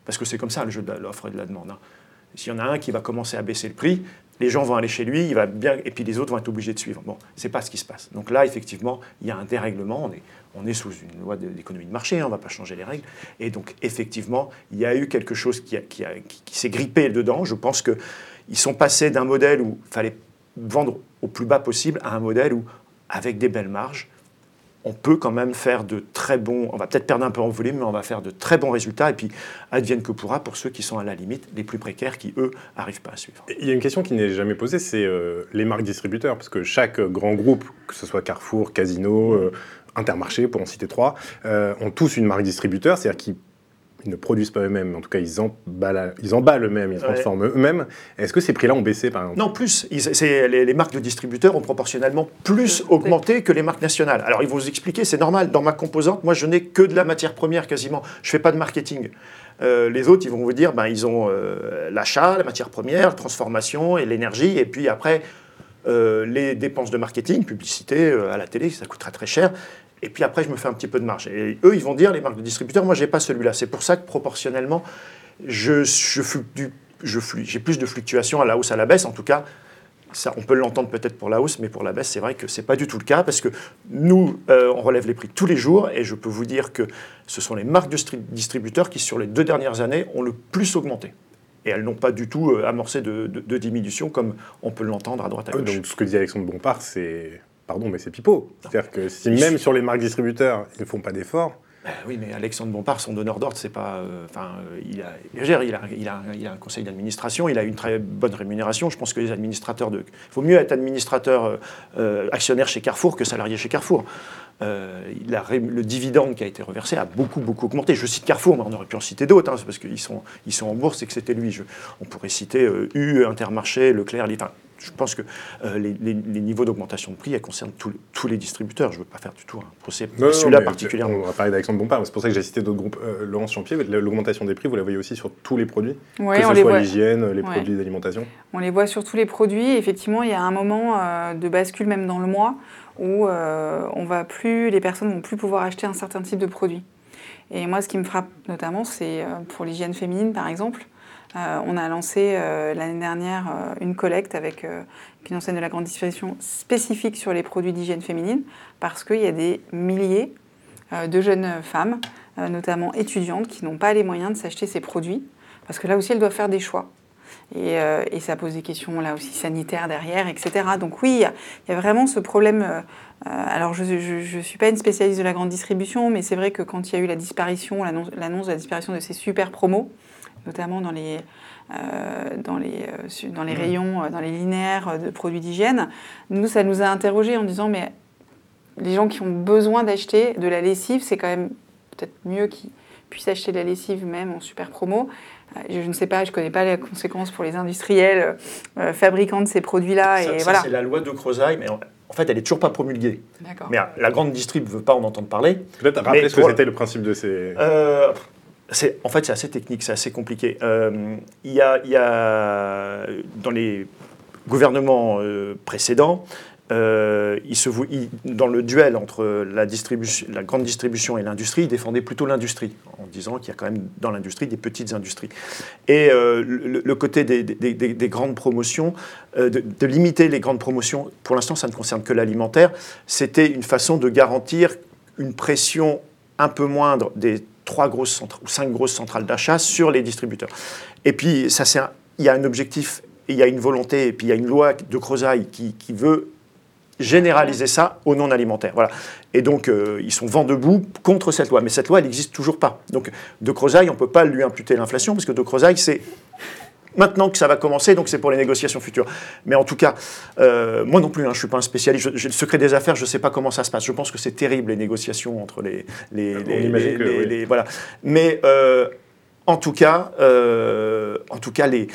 Parce que c'est comme ça le jeu de l'offre et de la demande. Hein. S'il y en a un qui va commencer à baisser le prix, les gens vont aller chez lui, il va bien, et puis les autres vont être obligés de suivre. Bon, c'est pas ce qui se passe. Donc là, effectivement, il y a un dérèglement. On est, on est sous une loi d'économie de marché, hein, on ne va pas changer les règles. Et donc, effectivement, il y a eu quelque chose qui, a, qui, a, qui, qui s'est grippé dedans. Je pense qu'ils sont passés d'un modèle où il fallait vendre au plus bas possible à un modèle où, avec des belles marges, on peut quand même faire de très bons... On va peut-être perdre un peu en volume, mais on va faire de très bons résultats. Et puis, advienne que pourra pour ceux qui sont à la limite, les plus précaires, qui, eux, n'arrivent pas à suivre. Il y a une question qui n'est jamais posée, c'est euh, les marques distributeurs. Parce que chaque grand groupe, que ce soit Carrefour, Casino, euh, Intermarché, pour en citer trois, euh, ont tous une marque distributeur, c'est-à-dire qu'ils ils ne produisent pas eux-mêmes, en tout cas ils emballent, ils emballent eux-mêmes, ils transforment ouais. eux-mêmes. Est-ce que ces prix-là ont baissé par exemple ? Non, plus. Ils, c'est, les, les marques de distributeurs ont proportionnellement plus augmenté que les marques nationales. Alors ils vont vous expliquer, c'est normal, dans ma composante, moi je n'ai que de la matière première quasiment, je ne fais pas de marketing. Euh, les autres, ils vont vous dire, ben, ils ont euh, l'achat, la matière première, la transformation et l'énergie, et puis après euh, les dépenses de marketing, publicité euh, à la télé, ça coûte très très cher. Et puis après, je me fais un petit peu de marge. Et eux, ils vont dire, les marques de distributeurs, moi, je n'ai pas celui-là. C'est pour ça que, proportionnellement, je, je fluctue, je fluctue, j'ai plus de fluctuations à la hausse, à la baisse. En tout cas, ça, on peut l'entendre peut-être pour la hausse, mais pour la baisse, c'est vrai que ce n'est pas du tout le cas, parce que nous, euh, on relève les prix tous les jours, et je peux vous dire que ce sont les marques de distributeurs qui, sur les deux dernières années, ont le plus augmenté. Et elles n'ont pas du tout euh, amorcé de, de, de diminution, comme on peut l'entendre à droite à gauche. Donc, ce que dit Alexandre Bompard, c'est... Pardon, mais c'est pipeau. C'est-à-dire que si même sur les marques distributeurs, ils ne font pas d'efforts... Ben oui, mais Alexandre Bompard, son donneur d'ordre, c'est pas... Enfin, euh, il, a, il, a, il, a, il, a, il a un conseil d'administration, il a une très bonne rémunération. Je pense que les administrateurs de... Il faut mieux être administrateur euh, actionnaire chez Carrefour que salarié chez Carrefour. Euh, il a, le dividende qui a été reversé a beaucoup, beaucoup augmenté. Je cite Carrefour, mais on aurait pu en citer d'autres, hein, c'est parce qu'ils sont, ils sont en bourse et que c'était lui. Je, on pourrait citer euh, U, Intermarché, Leclerc, enfin, je pense que euh, les, les, les niveaux d'augmentation de prix, elles concernent tout, tous les distributeurs. Je ne veux pas faire du tout un procès non, celui-là non, particulièrement. On va parler d'Alexandre Bompard, c'est pour ça que j'ai cité d'autres groupes. Euh, Laurence Champier, l'augmentation des prix, vous la voyez aussi sur tous les produits, ouais, que ce on soit voit. l'hygiène, les ouais. produits d'alimentation. On les voit sur tous les produits. Effectivement, il y a un moment euh, de bascule, même dans le mois, où euh, on va plus, les personnes ne vont plus pouvoir acheter un certain type de produit. Et moi, ce qui me frappe notamment, c'est euh, pour l'hygiène féminine, par exemple. Euh, on a lancé euh, l'année dernière euh, une collecte avec euh, une enseigne de la grande distribution spécifique sur les produits d'hygiène féminine, parce qu'il y a des milliers euh, de jeunes femmes, euh, notamment étudiantes, qui n'ont pas les moyens de s'acheter ces produits, parce que là aussi, elles doivent faire des choix. Et, euh, et ça pose des questions là aussi sanitaires derrière, et cetera. Donc oui, il y a, il y a vraiment ce problème. Euh, alors je ne suis pas une spécialiste de la grande distribution, mais c'est vrai que quand il y a eu la disparition, l'annonce, l'annonce de la disparition de ces super promos, notamment dans les, euh, dans les, euh, dans les rayons, euh, dans les linéaires de produits d'hygiène, nous, ça nous a interrogés en disant, mais les gens qui ont besoin d'acheter de la lessive, c'est quand même peut-être mieux qu'ils puissent acheter de la lessive même en super promo. Je ne sais pas, je ne connais pas les conséquences pour les industriels euh, fabricants de ces produits-là. Ça, et ça voilà. c'est la loi de Crozaille, mais en, en fait, elle n'est toujours pas promulguée. D'accord. Mais la grande distrib ne veut pas en entendre parler. Peut-être rappeler ce que c'était le principe de ces... Euh, c'est, en fait, c'est assez technique, c'est assez compliqué. Euh, il y a, il y a, dans les gouvernements euh, précédents, Euh, il se, il, dans le duel entre la, distribution, la grande distribution et l'industrie, il défendait plutôt l'industrie, en disant qu'il y a quand même dans l'industrie des petites industries. Et euh, le, le côté des, des, des, des grandes promotions, euh, de, de limiter les grandes promotions, pour l'instant ça ne concerne que l'alimentaire, c'était une façon de garantir une pression un peu moindre des trois grosses centrales, ou cinq grosses centrales d'achat sur les distributeurs. Et puis ça, c'est un, il y a un objectif, il y a une volonté, et puis il y a une loi de Crozaille qui, qui veut généraliser ça au non-alimentaire. Voilà. Et donc, euh, ils sont vent debout contre cette loi. Mais cette loi, elle n'existe toujours pas. Donc, de Crozaille, on ne peut pas lui imputer l'inflation, parce que de Crozaille, c'est maintenant que ça va commencer, donc c'est pour les négociations futures. Mais en tout cas, euh, moi non plus, hein, je ne suis pas un spécialiste. J'ai le secret des affaires, je ne sais pas comment ça se passe. Je pense que c'est terrible, les négociations entre les... les, les, les, que, les, oui. les voilà. Mais... Euh, En tout cas, euh, en tout cas les,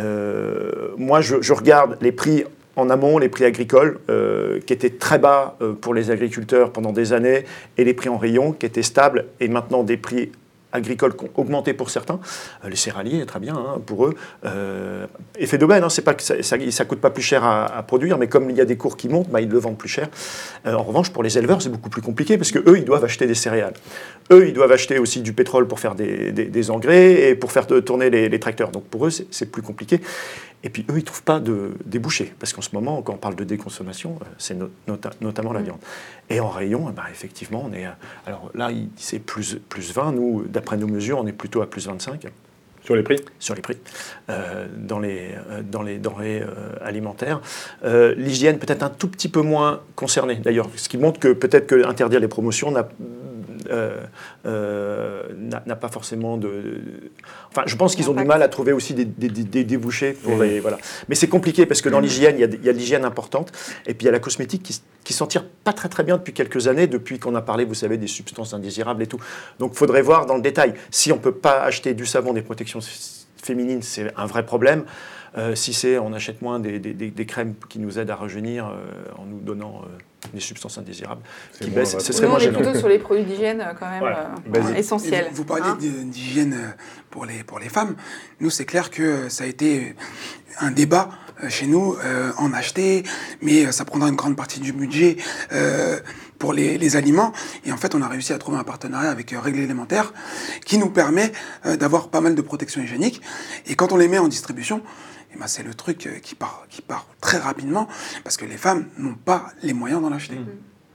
euh, moi, je, je regarde les prix en amont, les prix agricoles, euh, qui étaient très bas euh, pour les agriculteurs pendant des années, et les prix en rayon, qui étaient stables, et maintenant des prix agricoles augmenté pour certains. Euh, les céréaliers, très bien, hein, pour eux. Euh, effet d'aubaine, hein, c'est pas que ça ne coûte pas plus cher à, à produire, mais comme il y a des cours qui montent, bah, ils le vendent plus cher. Euh, en revanche, pour les éleveurs, c'est beaucoup plus compliqué parce qu'eux, ils doivent acheter des céréales. Eux, ils doivent acheter aussi du pétrole pour faire des, des, des engrais et pour faire tourner les, les tracteurs. Donc pour eux, c'est plus compliqué. Et puis eux, ils ne trouvent pas de débouchés. Parce qu'en ce moment, quand on parle de déconsommation, c'est no, nota, notamment la viande. Et en rayon, bah, effectivement, on est... Alors là, c'est plus, plus vingt. Nous, d'après nos mesures, on est plutôt à plus vingt-cinq. Sur les prix ? Sur les prix, euh, dans, les, euh, dans les denrées euh, alimentaires. Euh, L'hygiène peut-être un tout petit peu moins concernée, d'ailleurs. Ce qui montre que peut-être que interdire les promotions n'a euh, euh, n'a pas forcément de... de enfin, je pense qu'ils ont du mal à trouver aussi des, des, des, des débouchés pour mmh. les... Voilà. Mais c'est compliqué parce que dans l'hygiène, il y a, a l'hygiène importante et puis il y a la cosmétique qui, qui s'en tire pas très très bien depuis quelques années, depuis qu'on a parlé, vous savez, des substances indésirables et tout. Donc il faudrait voir dans le détail. Si on ne peut pas acheter du savon, des protections féminines, c'est un vrai problème. Euh, si c'est on achète moins des, des, des, des crèmes qui nous aident à rajeunir euh, en nous donnant euh, des substances indésirables qui baissent, ce serait nous, moins on est gênant. plutôt sur les produits d'hygiène quand même voilà. euh, essentiels. Vous, vous parlez hein d'hygiène pour les, pour les femmes. Nous, c'est clair que ça a été un débat chez nous, euh, en acheter, mais ça prendra une grande partie du budget euh, pour les, les aliments. Et en fait, on a réussi à trouver un partenariat avec euh, Règles Élémentaires qui nous permet euh, d'avoir pas mal de protections hygiéniques. Et quand on les met en distribution, eh ben, c'est le truc euh, qui part, qui part très rapidement parce que les femmes n'ont pas les moyens d'en acheter. Mmh.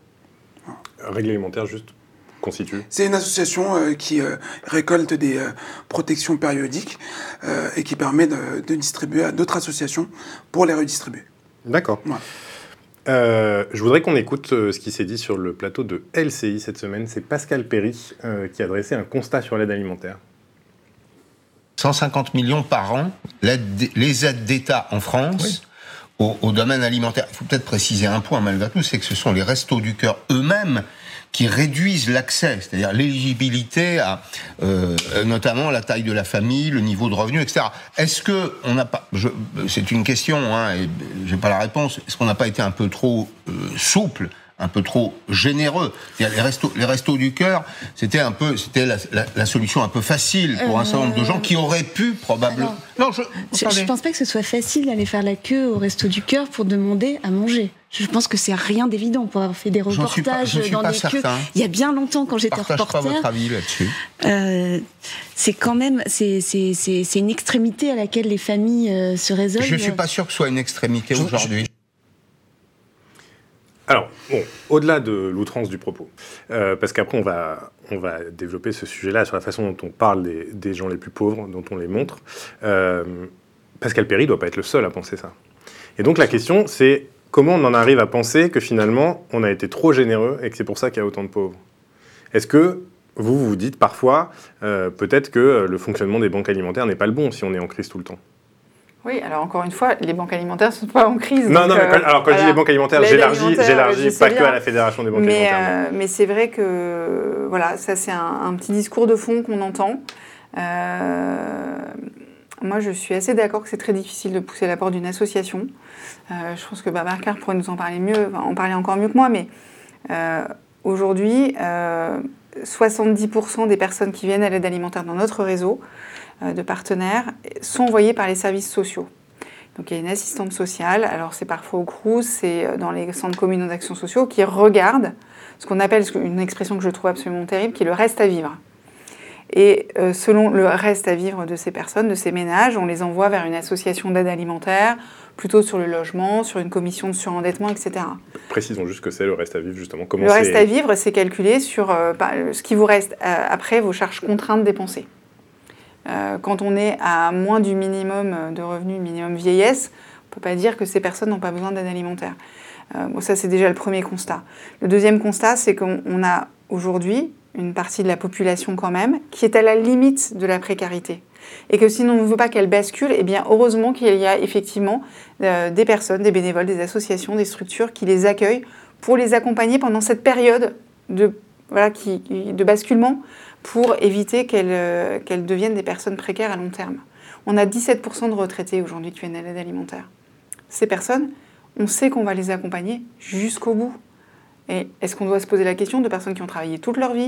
Voilà. Règles Élémentaires, juste constitue. C'est une association euh, qui euh, récolte des euh, protections périodiques euh, et qui permet de, de distribuer à d'autres associations pour les redistribuer. D'accord. Voilà. Euh, je voudrais qu'on écoute euh, ce qui s'est dit sur le plateau de L C I cette semaine. C'est Pascal Perry euh, qui a dressé un constat sur l'aide alimentaire. cent cinquante millions par an, les aides d'État en France oui. au, au domaine alimentaire. Il faut peut-être préciser un point malgré tout, c'est que ce sont les Restos du Cœur eux-mêmes qui réduisent l'accès, c'est-à-dire l'éligibilité à euh, notamment la taille de la famille, le niveau de revenu, et cetera. Est-ce que on n'a pas, je, c'est une question, hein, et j'ai pas la réponse. Est-ce qu'on n'a pas été un peu trop euh, souple, un peu trop généreux? Les restos, les restos du cœur, c'était un peu, c'était la, la, la solution un peu facile pour euh, un certain nombre de gens qui auraient pu probablement. Alors, non, je, je, je pense pas que ce soit facile d'aller faire la queue au resto du cœur pour demander à manger. Je pense que c'est rien d'évident pour avoir fait des reportages pas, dans des certain. queues. Il y a bien longtemps quand j'étais reporter. Partage pas votre avis là-dessus. Euh, c'est quand même, c'est, c'est, c'est, c'est une extrémité à laquelle les familles euh, se résolvent. Je suis pas sûr que ce soit une extrémité je, aujourd'hui. Je... Alors, bon, au-delà de l'outrance du propos, euh, parce qu'après on va, on va développer ce sujet-là sur la façon dont on parle des, des gens les plus pauvres, dont on les montre. Euh, Pascal Perry ne doit pas être le seul à penser ça. Et donc la question, c'est comment on en arrive à penser que finalement on a été trop généreux et que c'est pour ça qu'il y a autant de pauvres? Est-ce que vous vous dites parfois, euh, peut-être que le fonctionnement des banques alimentaires n'est pas le bon si on est en crise tout le temps? Oui, alors encore une fois, les banques alimentaires ne sont pas en crise. Non, donc, non, mais quand, alors quand voilà. je dis les banques alimentaires, j'élargis, j'élargis pas bien. que à la Fédération des banques mais, alimentaires. Euh, mais c'est vrai que, voilà, ça c'est un, un petit discours de fond qu'on entend. Euh, moi, je suis assez d'accord que c'est très difficile de pousser la porte d'une association. Euh, je pense que Babacar pourrait nous en parler mieux, enfin, en parler encore mieux que moi, mais euh, aujourd'hui, euh, soixante-dix pour cent des personnes qui viennent à l'aide alimentaire dans notre réseau de partenaires sont envoyés par les services sociaux. Donc il y a une assistante sociale, alors c'est parfois au Crous, c'est dans les centres communaux d'action sociaux, qui regardent ce qu'on appelle, une expression que je trouve absolument terrible, qui est le reste à vivre. Et euh, selon le reste à vivre de ces personnes, de ces ménages, on les envoie vers une association d'aide alimentaire, plutôt sur le logement, sur une commission de surendettement, et cetera. Précisons juste ce que c'est le reste à vivre, justement. Comment le reste à vivre, c'est calculé sur euh, ce qui vous reste euh, après vos charges contraintes dépensées. Euh, quand on est à moins du minimum de revenus, minimum vieillesse, on ne peut pas dire que ces personnes n'ont pas besoin d'aide alimentaire. Euh, bon, ça, c'est déjà le premier constat. Le deuxième constat, c'est qu'on a aujourd'hui une partie de la population quand même qui est à la limite de la précarité. Et que si on ne veut pas qu'elle bascule, eh bien, heureusement qu'il y a effectivement euh, des personnes, des bénévoles, des associations, des structures qui les accueillent pour les accompagner pendant cette période de, voilà, qui, de basculement, pour éviter qu'elles, euh, qu'elles deviennent des personnes précaires à long terme. On a dix-sept pour cent de retraités aujourd'hui qui viennent à l'aide alimentaire. Ces personnes, on sait qu'on va les accompagner jusqu'au bout. Et est-ce qu'on doit se poser la question de personnes qui ont travaillé toute leur vie,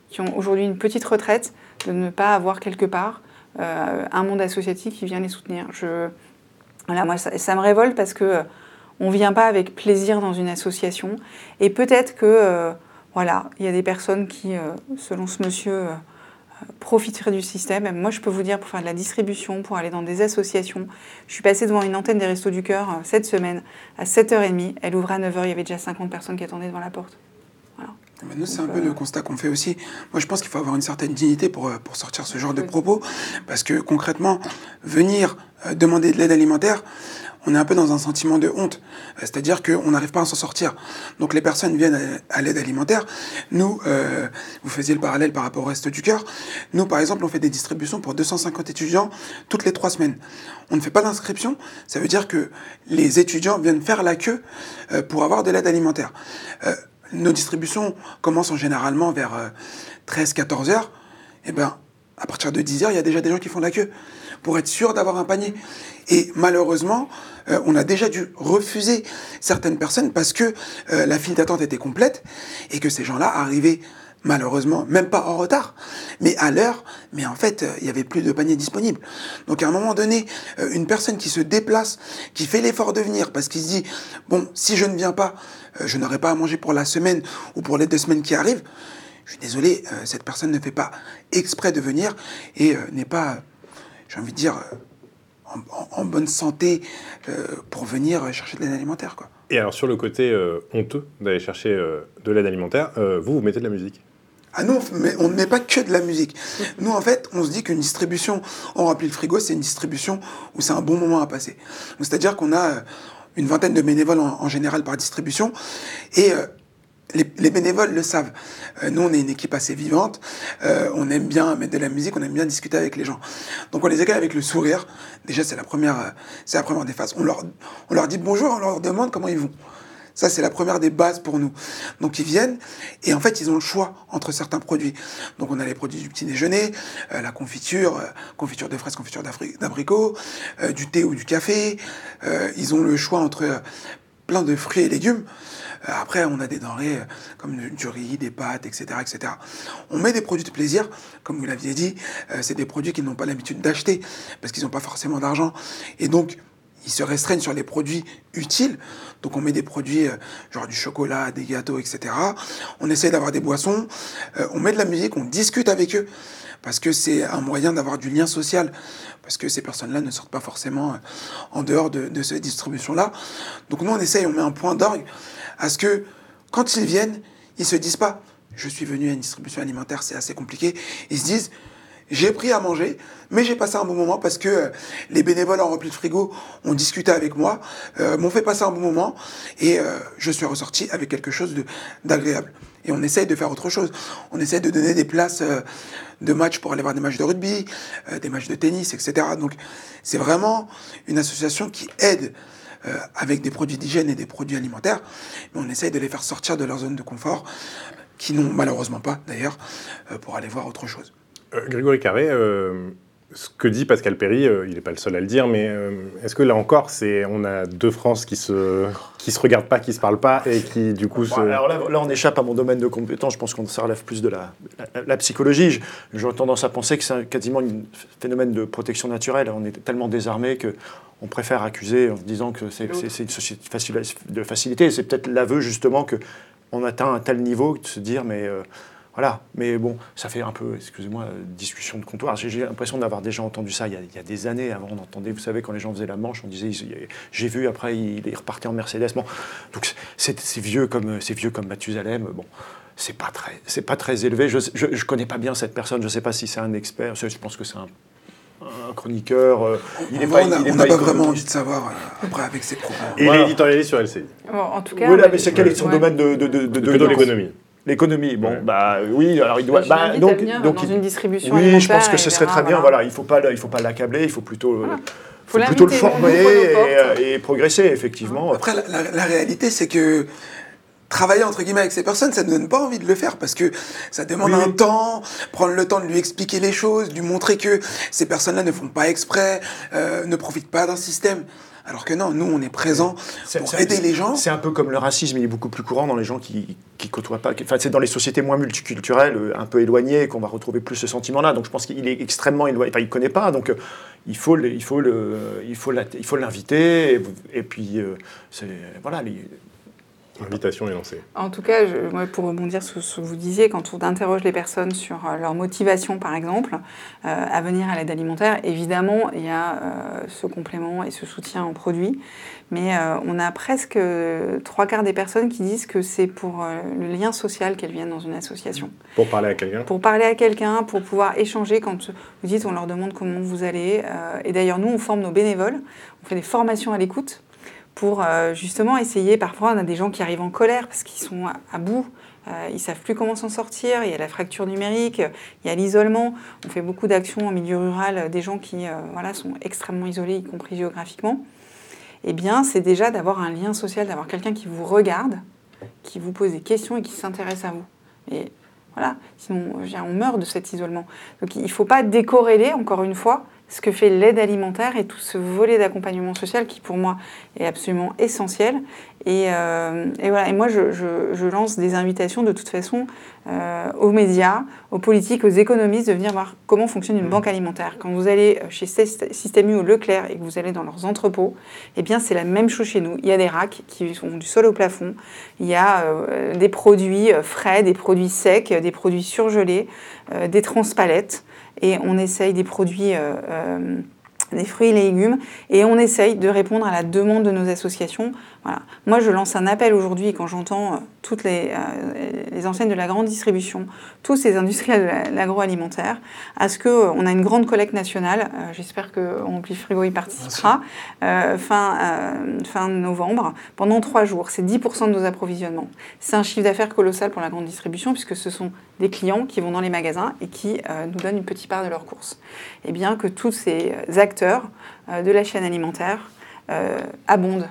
qui ont aujourd'hui une petite retraite, de ne pas avoir quelque part euh, un monde associatif qui vient les soutenir. Je, voilà, moi, ça, ça me révolte parce que euh, on ne vient pas avec plaisir dans une association. Et peut-être que, euh, voilà, il y a des personnes qui, euh, selon ce monsieur, euh, profiteraient du système. Moi, je peux vous dire, pour faire de la distribution, pour aller dans des associations, je suis passée devant une antenne des Restos du Cœur euh, cette semaine à sept heures trente. Elle ouvrait à neuf heures, il y avait déjà cinquante personnes qui attendaient devant la porte. Voilà. Mais nous, c'est un peu le constat qu'on fait aussi. Moi, je pense qu'il faut avoir une certaine dignité pour, pour sortir ce genre de propos. Parce que concrètement, venir euh, demander de l'aide alimentaire, on est un peu dans un sentiment de honte. Euh, c'est-à-dire qu'on n'arrive pas à s'en sortir. Donc les personnes viennent à, à l'aide alimentaire. Nous, euh, vous faisiez le parallèle par rapport au Resto du Cœur. Nous, par exemple, on fait des distributions pour deux cent cinquante étudiants toutes les trois semaines. On ne fait pas d'inscription. Ça veut dire que les étudiants viennent faire la queue euh, pour avoir de l'aide alimentaire. Euh, Nos distributions commencent en généralement vers euh, treize à quatorze heures. Et ben, à partir de dix heures, il y a déjà des gens qui font la queue pour être sûr d'avoir un panier. Et malheureusement, euh, on a déjà dû refuser certaines personnes parce que euh, la file d'attente était complète et que ces gens-là arrivaient malheureusement, même pas en retard, mais à l'heure, mais en fait, euh, il n'y avait plus de panier disponible. Donc à un moment donné, euh, une personne qui se déplace, qui fait l'effort de venir, parce qu'il se dit, bon, si je ne viens pas, euh, je n'aurai pas à manger pour la semaine ou pour les deux semaines qui arrivent, je suis désolé, euh, cette personne ne fait pas exprès de venir et euh, n'est pas, j'ai envie de dire, euh, en, en, en bonne santé euh, pour venir chercher de l'aide alimentaire, quoi. Et alors sur le côté euh, honteux d'aller chercher euh, de l'aide alimentaire, euh, vous, vous mettez de la musique? Ah nous, on ne met pas que de la musique. Nous, en fait, on se dit qu'une distribution, on remplit le frigo, c'est une distribution où c'est un bon moment à passer. C'est-à-dire qu'on a une vingtaine de bénévoles en, en général par distribution, et euh, les, les bénévoles le savent. Euh, nous, on est une équipe assez vivante, euh, on aime bien mettre de la musique, on aime bien discuter avec les gens. Donc on les accueille avec le sourire. Déjà, c'est la première, euh, c'est la première des phases. On leur, on leur dit bonjour, on leur demande comment ils vont. Ça, c'est la première des bases pour nous. Donc, ils viennent et en fait, ils ont le choix entre certains produits. Donc, on a les produits du petit déjeuner, euh, la confiture, euh, confiture de fraises, confiture d'abricots, euh, du thé ou du café. Euh, ils ont le choix entre euh, plein de fruits et légumes. Euh, après, on a des denrées euh, comme du, du riz, des pâtes, et cetera, et cetera. On met des produits de plaisir, comme vous l'aviez dit. Euh, c'est des produits qu'ils n'ont pas l'habitude d'acheter parce qu'ils n'ont pas forcément d'argent. Et donc, ils se restreignent sur les produits utiles. Donc on met des produits euh, genre du chocolat, des gâteaux, et cetera. On essaie d'avoir des boissons. Euh, on met de la musique, on discute avec eux. Parce que c'est un moyen d'avoir du lien social. Parce que ces personnes-là ne sortent pas forcément euh, en dehors de, de cette distribution-là. Donc nous, on essaye, on met un point d'orgue à ce que quand ils viennent, ils se disent pas « je suis venu à une distribution alimentaire, c'est assez compliqué ». Ils se disent « j'ai pris à manger, mais j'ai passé un bon moment parce que euh, les bénévoles en rempli le frigo ont discuté avec moi, euh, m'ont fait passer un bon moment et euh, je suis ressorti avec quelque chose de, d'agréable. » Et on essaye de faire autre chose. On essaye de donner des places euh, de matchs pour aller voir des matchs de rugby, euh, des matchs de tennis, et cetera. Donc c'est vraiment une association qui aide euh, avec des produits d'hygiène et des produits alimentaires, mais on essaye de les faire sortir de leur zone de confort, qui n'ont malheureusement pas d'ailleurs, euh, pour aller voir autre chose. Euh, Grégory Carré, euh, ce que dit Pascal Perry, euh, il n'est pas le seul à le dire, mais euh, est-ce que là encore, c'est, on a deux France qui se, qui se regardent pas, qui se parlent pas et qui du coup bon, se... Alors là, là, on échappe à mon domaine de compétence. Je pense qu'on ça relève plus de la, la, la psychologie. J'aurais tendance à penser que c'est un, quasiment un phénomène de protection naturelle. On est tellement désarmés que on préfère accuser en se disant que c'est, c'est, c'est une société de facilité. C'est peut-être l'aveu justement que on atteint un tel niveau de se dire mais euh, voilà, mais bon, ça fait un peu, excusez-moi, discussion de comptoir. J'ai, j'ai l'impression d'avoir déjà entendu ça il y, a, il y a des années. Avant, on entendait, vous savez, quand les gens faisaient la manche, on disait, j'ai vu, après, il, il repartait en Mercedes. Bon, donc c'est, c'est vieux comme c'est vieux comme Mathusalem. Bon, c'est pas très, c'est pas très élevé. Je, je, je connais pas bien cette personne. Je sais pas si c'est un expert. Je pense que c'est un, un chroniqueur. Euh, il est pas, on n'a pas, pas vraiment envie de savoir euh, après avec ses propos. Et voilà. Il est éditorialiste sur L C I. Bon, en tout cas, voilà, mais c'est quel est son ouais. domaine de de de, de, de, de l'économie. L'économie, bon, ouais. bah oui, alors il doit. Bah, donc, donc, dans il, une distribution oui, je pense que ce serait verra, très bien. Voilà. Voilà, il faut pas, il faut pas l'accabler, il faut plutôt, voilà. faut faut plutôt le former et, et progresser effectivement. Après, la, la, la réalité, c'est que travailler entre guillemets avec ces personnes, ça ne donne pas envie de le faire parce que ça demande oui. un temps, prendre le temps de lui expliquer les choses, de lui montrer que ces personnes-là ne font pas exprès, euh, ne profitent pas d'un système. Alors que non, nous, on est présents pour c'est, aider les gens. C'est un peu comme le racisme, il est beaucoup plus courant dans les gens qui qui côtoient pas. Enfin, c'est dans les sociétés moins multiculturelles, un peu éloignées, qu'on va retrouver plus ce sentiment-là. Donc je pense qu'il est extrêmement éloigné. Enfin, il ne connaît pas, donc il faut, le, il faut, le, il faut, la, il faut l'inviter. Et, et puis, euh, c'est, voilà... Les, L'invitation est lancée. En tout cas, je, moi, pour rebondir sur ce que vous disiez, quand on interroge les personnes sur euh, leur motivation, par exemple, euh, à venir à l'aide alimentaire, évidemment, il y a euh, ce complément et ce soutien en produits, mais euh, on a presque trois quarts des personnes qui disent que c'est pour euh, le lien social qu'elles viennent dans une association. Pour parler à quelqu'un Pour parler à quelqu'un, pour pouvoir échanger. Quand vous dites, on leur demande comment vous allez. Euh, et d'ailleurs, nous, on forme nos bénévoles, on fait des formations à l'écoute, pour euh, justement essayer, parfois on a des gens qui arrivent en colère parce qu'ils sont à, à bout, euh, ils ne savent plus comment s'en sortir, il y a la fracture numérique, il y a l'isolement, on fait beaucoup d'actions en milieu rural, des gens qui euh, voilà, sont extrêmement isolés, y compris géographiquement. Eh bien, c'est déjà d'avoir un lien social, d'avoir quelqu'un qui vous regarde, qui vous pose des questions et qui s'intéresse à vous. Et voilà, sinon on meurt de cet isolement. Donc il ne faut pas décorréler, encore une fois, ce que fait l'aide alimentaire et tout ce volet d'accompagnement social qui, pour moi, est absolument essentiel. Et, euh, et voilà. Et moi, je, je, je lance des invitations, de toute façon, euh, aux médias, aux politiques, aux économistes, de venir voir comment fonctionne une banque alimentaire. Quand vous allez chez Système U ou Leclerc et que vous allez dans leurs entrepôts, eh bien, c'est la même chose chez nous. Il y a des racks qui sont du sol au plafond. Il y a euh, des produits frais, des produits secs, des produits surgelés, euh, des transpalettes. Et on essaye des produits, euh, euh, des fruits et légumes, et on essaye de répondre à la demande de nos associations. Voilà. Moi, je lance un appel aujourd'hui, quand j'entends euh, toutes les, euh, les enseignes de la grande distribution, tous ces industriels de l'agroalimentaire, à ce qu'on a une grande collecte nationale, euh, j'espère que Rempli Frigo y participera, euh, fin, euh, fin novembre, pendant trois jours. C'est dix pour cent de nos approvisionnements. C'est un chiffre d'affaires colossal pour la grande distribution, puisque ce sont des clients qui vont dans les magasins et qui euh, nous donnent une petite part de leurs courses. Et bien que tous ces acteurs euh, de la chaîne alimentaire euh, abondent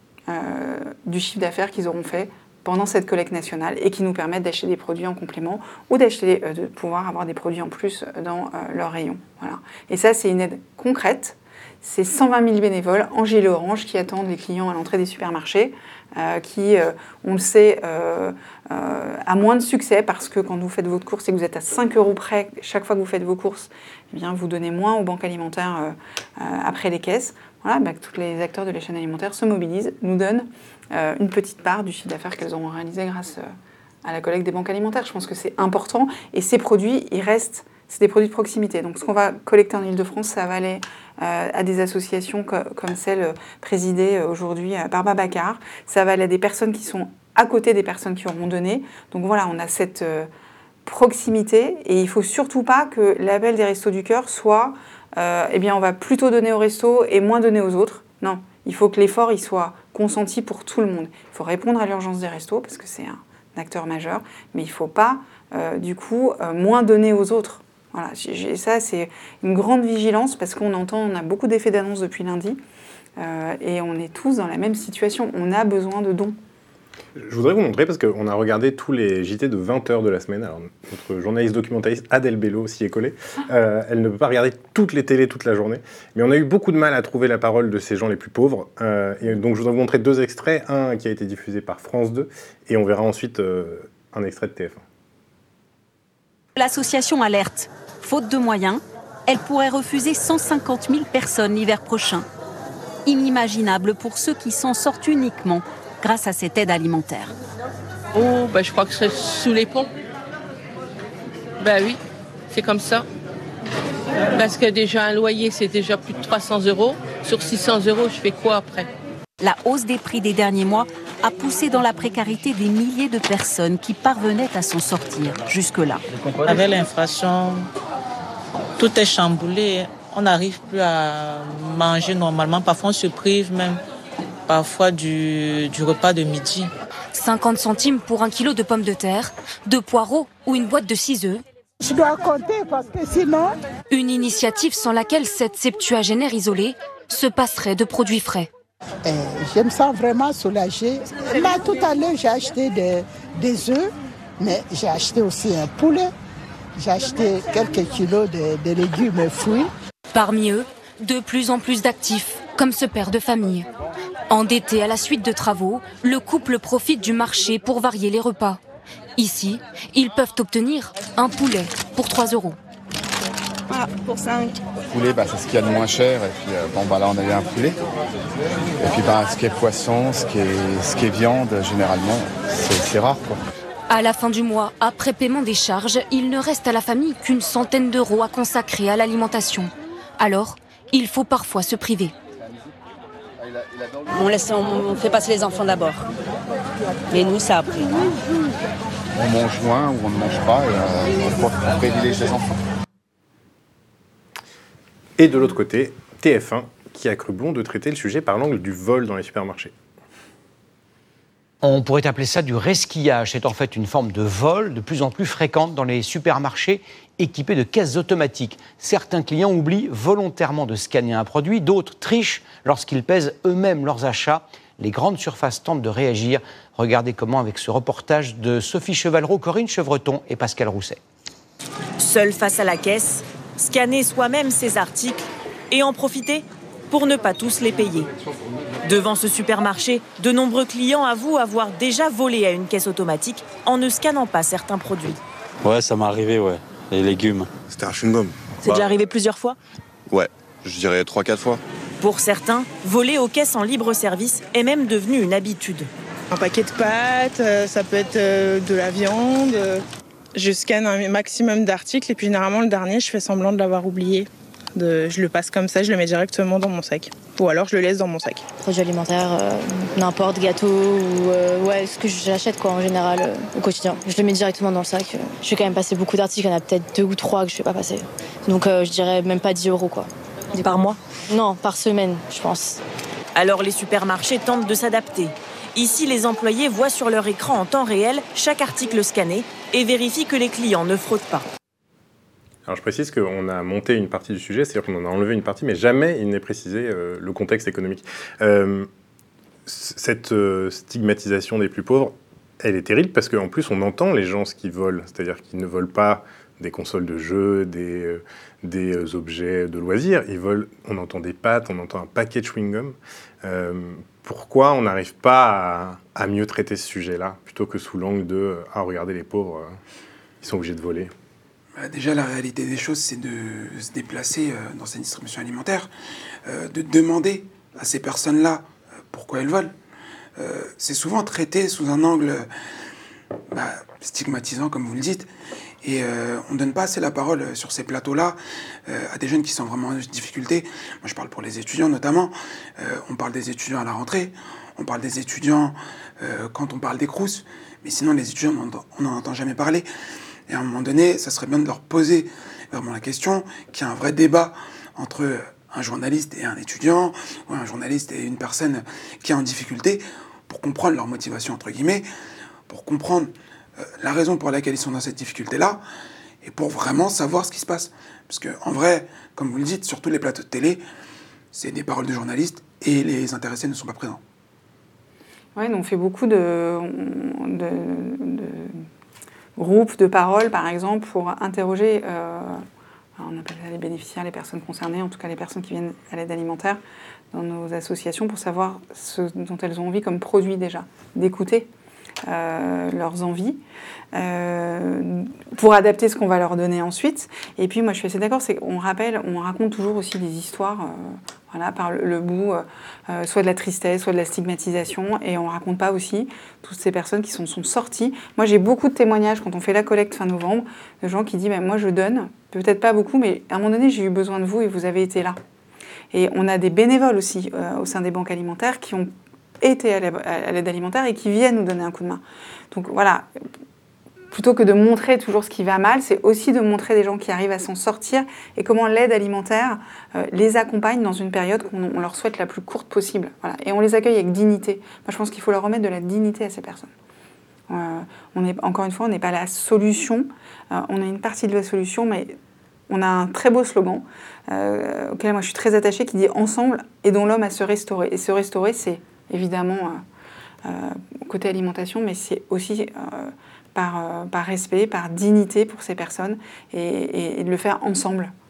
Euh, du chiffre d'affaires qu'ils auront fait pendant cette collecte nationale et qui nous permettent d'acheter des produits en complément ou d'acheter, euh, de pouvoir avoir des produits en plus dans euh, leur rayon. Voilà. Et ça, c'est une aide concrète. C'est cent vingt mille bénévoles en gilet orange qui attendent les clients à l'entrée des supermarchés, euh, qui, euh, on le sait, euh, euh, a moins de succès parce que quand vous faites votre course et que vous êtes à cinq euros près chaque fois que vous faites vos courses, eh bien, vous donnez moins aux banques alimentaires euh, euh, après les caisses. Voilà, bah, que tous les acteurs de la chaîne alimentaire se mobilisent, nous donnent euh, une petite part du chiffre d'affaires qu'elles auront réalisé grâce euh, à la collecte des banques alimentaires. Je pense que c'est important. Et ces produits, ils restent, c'est des produits de proximité. Donc ce qu'on va collecter en Ile-de-France, ça va aller euh, à des associations co- comme celle présidée aujourd'hui par Babacar. Ça va aller à des personnes qui sont à côté des personnes qui auront donné. Donc voilà, on a cette euh, proximité. Et il ne faut surtout pas que l'appel des Restos du Cœur soit... Euh, eh bien, on va plutôt donner aux restos et moins donner aux autres. Non, il faut que l'effort il soit consenti pour tout le monde. Il faut répondre à l'urgence des restos parce que c'est un, un acteur majeur, mais il ne faut pas, euh, du coup, euh, moins donner aux autres. Voilà, j'ai, ça, c'est une grande vigilance parce qu'on entend, on a beaucoup d'effets d'annonce depuis lundi euh, et on est tous dans la même situation. On a besoin de dons. Je voudrais vous montrer, parce qu'on a regardé tous les J T de vingt heures de la semaine. Alors, notre journaliste documentaliste Adèle Bello s'y est collée. Euh, elle ne peut pas regarder toutes les télés toute la journée. Mais on a eu beaucoup de mal à trouver la parole de ces gens les plus pauvres. Euh, et donc, je voudrais vous montrer deux extraits. Un qui a été diffusé par France deux. Et on verra ensuite euh, un extrait de T F un. L'association alerte. Faute de moyens, elle pourrait refuser cent cinquante mille personnes l'hiver prochain. Inimaginable pour ceux qui s'en sortent uniquement grâce à cette aide alimentaire. Oh, bah, je crois que c'est sous les ponts. Ben oui, c'est comme ça. Parce que déjà un loyer, c'est déjà plus de trois cents euros. Sur six cents euros, je fais quoi après ? La hausse des prix des derniers mois a poussé dans la précarité des milliers de personnes qui parvenaient à s'en sortir jusque-là. Avec l'inflation, tout est chamboulé. On n'arrive plus à manger normalement. Parfois, on se prive même. Parfois du, du repas de midi. cinquante centimes pour un kilo de pommes de terre, de poireaux ou une boîte de six œufs. Je dois compter parce que sinon... Une initiative sans laquelle cette septuagénaire isolée se passerait de produits frais. Eh, je me sens vraiment soulagée. Là, tout à l'heure, j'ai acheté des, des œufs, mais j'ai acheté aussi un poulet. J'ai acheté quelques kilos de, de légumes et fruits. Parmi eux, de plus en plus d'actifs. comme ce père de famille. Endetté à la suite de travaux, le couple profite du marché pour varier les repas. Ici, ils peuvent obtenir un poulet pour trois euros. Ah, pour cinq. Poulet, bah, c'est ce qu'il y a de moins cher. Et puis, euh, bon, bah, là, on a eu un poulet. Et puis, bah, ce qui est poisson, ce qui est, ce qui est viande, généralement, c'est, c'est rare, quoi. À la fin du mois, après paiement des charges, il ne reste à la famille qu'une centaine d'euros à consacrer à l'alimentation. Alors, il faut parfois se priver. On, laisse, on fait passer les enfants d'abord. Et nous, ça après. On mange moins ou on ne mange pas et euh, on privilégie les enfants. Et de l'autre côté, T F un qui a cru bon de traiter le sujet par l'angle du vol dans les supermarchés. On pourrait appeler ça du resquillage. C'est en fait une forme de vol de plus en plus fréquente dans les supermarchés équipés de caisses automatiques. Certains clients oublient volontairement de scanner un produit, d'autres trichent lorsqu'ils pèsent eux-mêmes leurs achats. Les grandes surfaces tentent de réagir. Regardez comment avec ce reportage de Sophie Chevalreau, Corinne Chevreton et Pascal Rousset. Seul face à la caisse, scanner soi-même ses articles et en profiter pour ne pas tous les payer. Devant ce supermarché, de nombreux clients avouent avoir déjà volé à une caisse automatique en ne scannant pas certains produits. Ouais, ça m'est arrivé, ouais. Les légumes. C'était un chewing-gum. C'est bah, déjà arrivé plusieurs fois ? Ouais, je dirais trois quatre fois. Pour certains, voler aux caisses en libre-service est même devenu une habitude. Un paquet de pâtes, ça peut être de la viande. Je scanne un maximum d'articles et puis généralement le dernier, je fais semblant de l'avoir oublié. De, je le passe comme ça, je le mets directement dans mon sac. Ou alors je le laisse dans mon sac. Produits alimentaires, euh, n'importe, gâteau ou euh, ouais, ce que j'achète quoi en général euh, au quotidien. Je le mets directement dans le sac. Je vais quand même passer beaucoup d'articles, il y en a peut-être deux ou trois que je ne vais pas passer. Donc euh, je dirais même pas dix euros quoi. Par mois ? Non, par semaine, je pense. Alors les supermarchés tentent de s'adapter. Ici, les employés voient sur leur écran en temps réel chaque article scanné et vérifient que les clients ne fraudent pas. Alors je précise qu'on a monté une partie du sujet, c'est-à-dire qu'on en a enlevé une partie, mais jamais il n'est précisé euh, le contexte économique. Euh, cette euh, stigmatisation des plus pauvres, elle est terrible parce qu'en plus on entend les gens ce qu'ils volent, c'est-à-dire qu'ils ne volent pas des consoles de jeux, des, euh, des euh, objets de loisirs, ils volent, on entend des pâtes, on entend un paquet de chewing-gum. Euh, pourquoi on n'arrive pas à, à mieux traiter ce sujet-là, plutôt que sous l'angle de « Ah, regardez les pauvres, euh, ils sont obligés de voler ». Déjà, la réalité des choses, c'est de se déplacer dans cette distribution alimentaire, de demander à ces personnes-là pourquoi elles volent. C'est souvent traité sous un angle bah, stigmatisant, comme vous le dites, et on ne donne pas assez la parole sur ces plateaux-là à des jeunes qui sont vraiment en difficulté. Moi, je parle pour les étudiants notamment. On parle des étudiants à la rentrée, on parle des étudiants quand on parle des Crous, mais sinon, les étudiants, on n'en entend jamais parler. Et à un moment donné, ça serait bien de leur poser vraiment la question, qu'il y a un vrai débat entre un journaliste et un étudiant, ou un journaliste et une personne qui est en difficulté, pour comprendre leur motivation, entre guillemets, pour comprendre euh, la raison pour laquelle ils sont dans cette difficulté-là, et pour vraiment savoir ce qui se passe. Parce qu'en vrai, comme vous le dites, sur tous les plateaux de télé, c'est des paroles de journalistes, et les intéressés ne sont pas présents. Oui, on fait beaucoup de... de, de... groupes de parole, par exemple, pour interroger, euh, on appelle ça les bénéficiaires, les personnes concernées, en tout cas les personnes qui viennent à l'aide alimentaire dans nos associations, pour savoir ce dont elles ont envie comme produit déjà, d'écouter euh, leurs envies, euh, pour adapter ce qu'on va leur donner ensuite. Et puis moi je suis assez d'accord, c'est qu'on rappelle, on raconte toujours aussi des histoires, euh, voilà, par le, le bout, euh, soit de la tristesse, soit de la stigmatisation, et on ne raconte pas aussi toutes ces personnes qui sont, sont sorties. Moi, j'ai beaucoup de témoignages quand on fait la collecte fin novembre, de gens qui disent bah, « moi, je donne, peut-être pas beaucoup, mais à un moment donné, j'ai eu besoin de vous et vous avez été là ». Et on a des bénévoles aussi euh, au sein des banques alimentaires qui ont été à l'aide alimentaire et qui viennent nous donner un coup de main. Donc voilà, plutôt que de montrer toujours ce qui va mal, c'est aussi de montrer des gens qui arrivent à s'en sortir et comment l'aide alimentaire euh, les accompagne dans une période qu'on on leur souhaite la plus courte possible. Voilà. Et on les accueille avec dignité. Moi, je pense qu'il faut leur remettre de la dignité à ces personnes. Euh, on est, encore une fois, on n'est pas la solution. Euh, on a une partie de la solution, mais on a un très beau slogan euh, auquel moi je suis très attachée qui dit « Ensemble, aidons l'homme à se restaurer ». Et se restaurer, c'est évidemment euh, euh, côté alimentation, mais c'est aussi... Euh, Par, euh, par respect, par dignité pour ces personnes et, et, et de le faire ensemble.